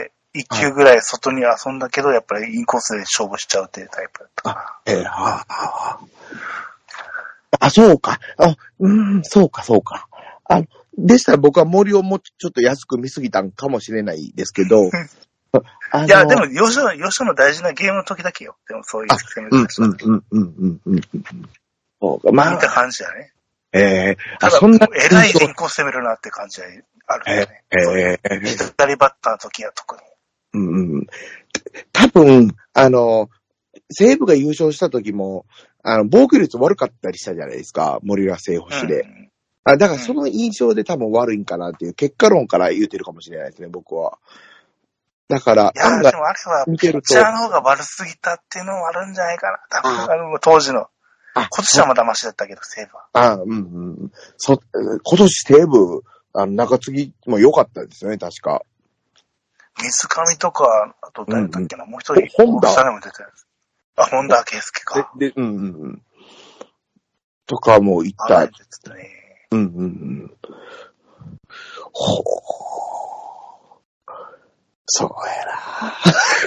A: 一球ぐらい外に遊んだけど、やっぱりインコースで勝負しちゃうっていうタイプだったかな。
B: あ、えー、ああ、あ、そうか。あ、うん、そうか、そうか。あ、でしたら僕は森をもうちょっと安く見すぎたんかもしれないですけど。
A: いや、でも、よしの、よしの大事なゲームの時だけよ。でも、そういう攻め方した時。うん、うん、うん、うん、うん。そうか、まあ。見た感じだね。
B: ええー、
A: ただ、そんな、えらいインコース攻めるなって感じはあるよね。ええー。左バッターの時は特に。
B: うん、多分、あの、西武が優勝した時も、あの、防御率悪かったりしたじゃないですか。森が正捕手で。うん、あ、だからその印象で多分悪いんかなっていう、結果論から言うてるかもしれないですね、僕は。だから、
A: いや、でもあれは、ピッチャーの方が悪すぎたっていうのもあるんじゃないかな。多分、あの、当時の。今年はまだマシだったけど、西武は。
B: あ、うんうん。そ、今年西武、あの、中継ぎも良かったですよね、確か。
A: 水上とか、あと誰だっけな、うんうん、もう一人、
B: 本田。
A: 下でも出てる。あ、本田圭佑か。
B: で、で、うんうんうん。とかも言った。
A: あ、ね、
B: うんうんうん。ほー。そうやな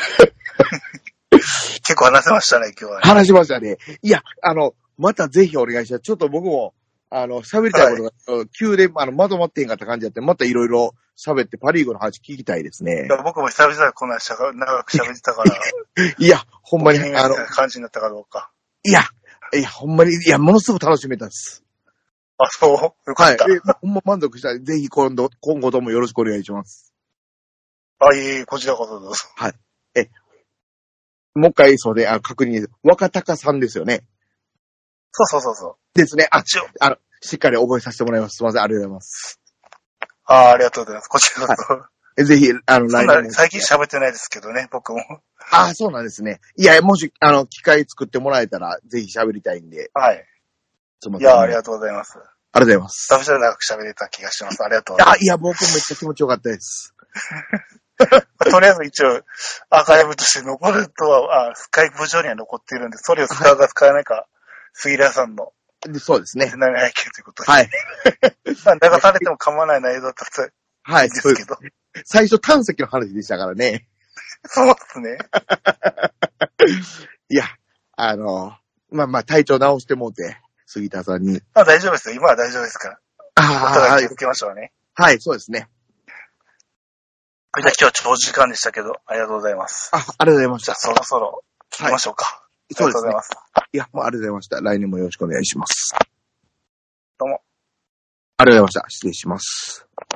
A: 結構話せましたね、今日は、ね。
B: 話しましたね。いや、あの、またぜひお願いします。ちょっと僕も、あの、喋りたいことが、はい、急で、あの、まとまってんかった感じだって、またいろいろ喋ってパリーグの話聞きたいですね。
A: いや、僕も久々にこんな長く喋ってたから。
B: いや、ほんまに、
A: あの、感じになったかどうか。
B: いや、いや、ほんまに、いや、ものすごく楽しめたんです。
A: あ、そうよかった。
B: はい。ほんま満足したら、ぜひ今度、今後ともよろしくお願いします。
A: あ、いえいえ、こちらこそどうぞ。
B: はい。え、もう一回、そうで、あ、確認、若隆さんですよね。
A: そうそうそうそう。
B: ですね。あ、あの、しっかり覚えさせてもらいます。すみません。ありがとうございます。
A: ああ、ありがとうございます。こちらこそ。はい、
B: ぜひ、あの、来
A: 年も。最近喋ってないですけどね、僕も。
B: ああ、そうなんですね。いや、もし、あの、機会作ってもらえたら、ぜひ喋りたいんで。
A: はい。
B: すみま
A: せん。いや、ありがとうございます。
B: ありがとうございます。
A: 久々に長く喋れた気がします。ありがとうございます。
B: あ、いや、僕めっちゃ気持ちよかったです。
A: とりあえず一応、アーカイブとして残るとは、あスカイプ上には残っているんで、それを使うか使わないか、はい、杉浦さんの。
B: そうですね。
A: 長いということで。
B: はい。
A: まあ、流されても構わない内容だったと。
B: はい、ですけど。最初、胆石の話でしたからね。
A: そうですね。
B: いや、あの、まあまあ、体調直してもうて、杉田さんに。
A: あ、大丈夫ですよ。今は大丈夫ですから。
B: あ
A: あ、はい。気をつけましょうね。
B: はい、そうですね。
A: じゃあ今日は長時間でしたけど、ありがとうございます。
B: あ、ありがとうございました。
A: じゃあそろそろ行きましょうか。はい、
B: そうですね。
A: ありがとうございます。
B: いや、もうありがとうございました。来年もよろしくお願いします。
A: どうも。
B: ありがとうございました。失礼します。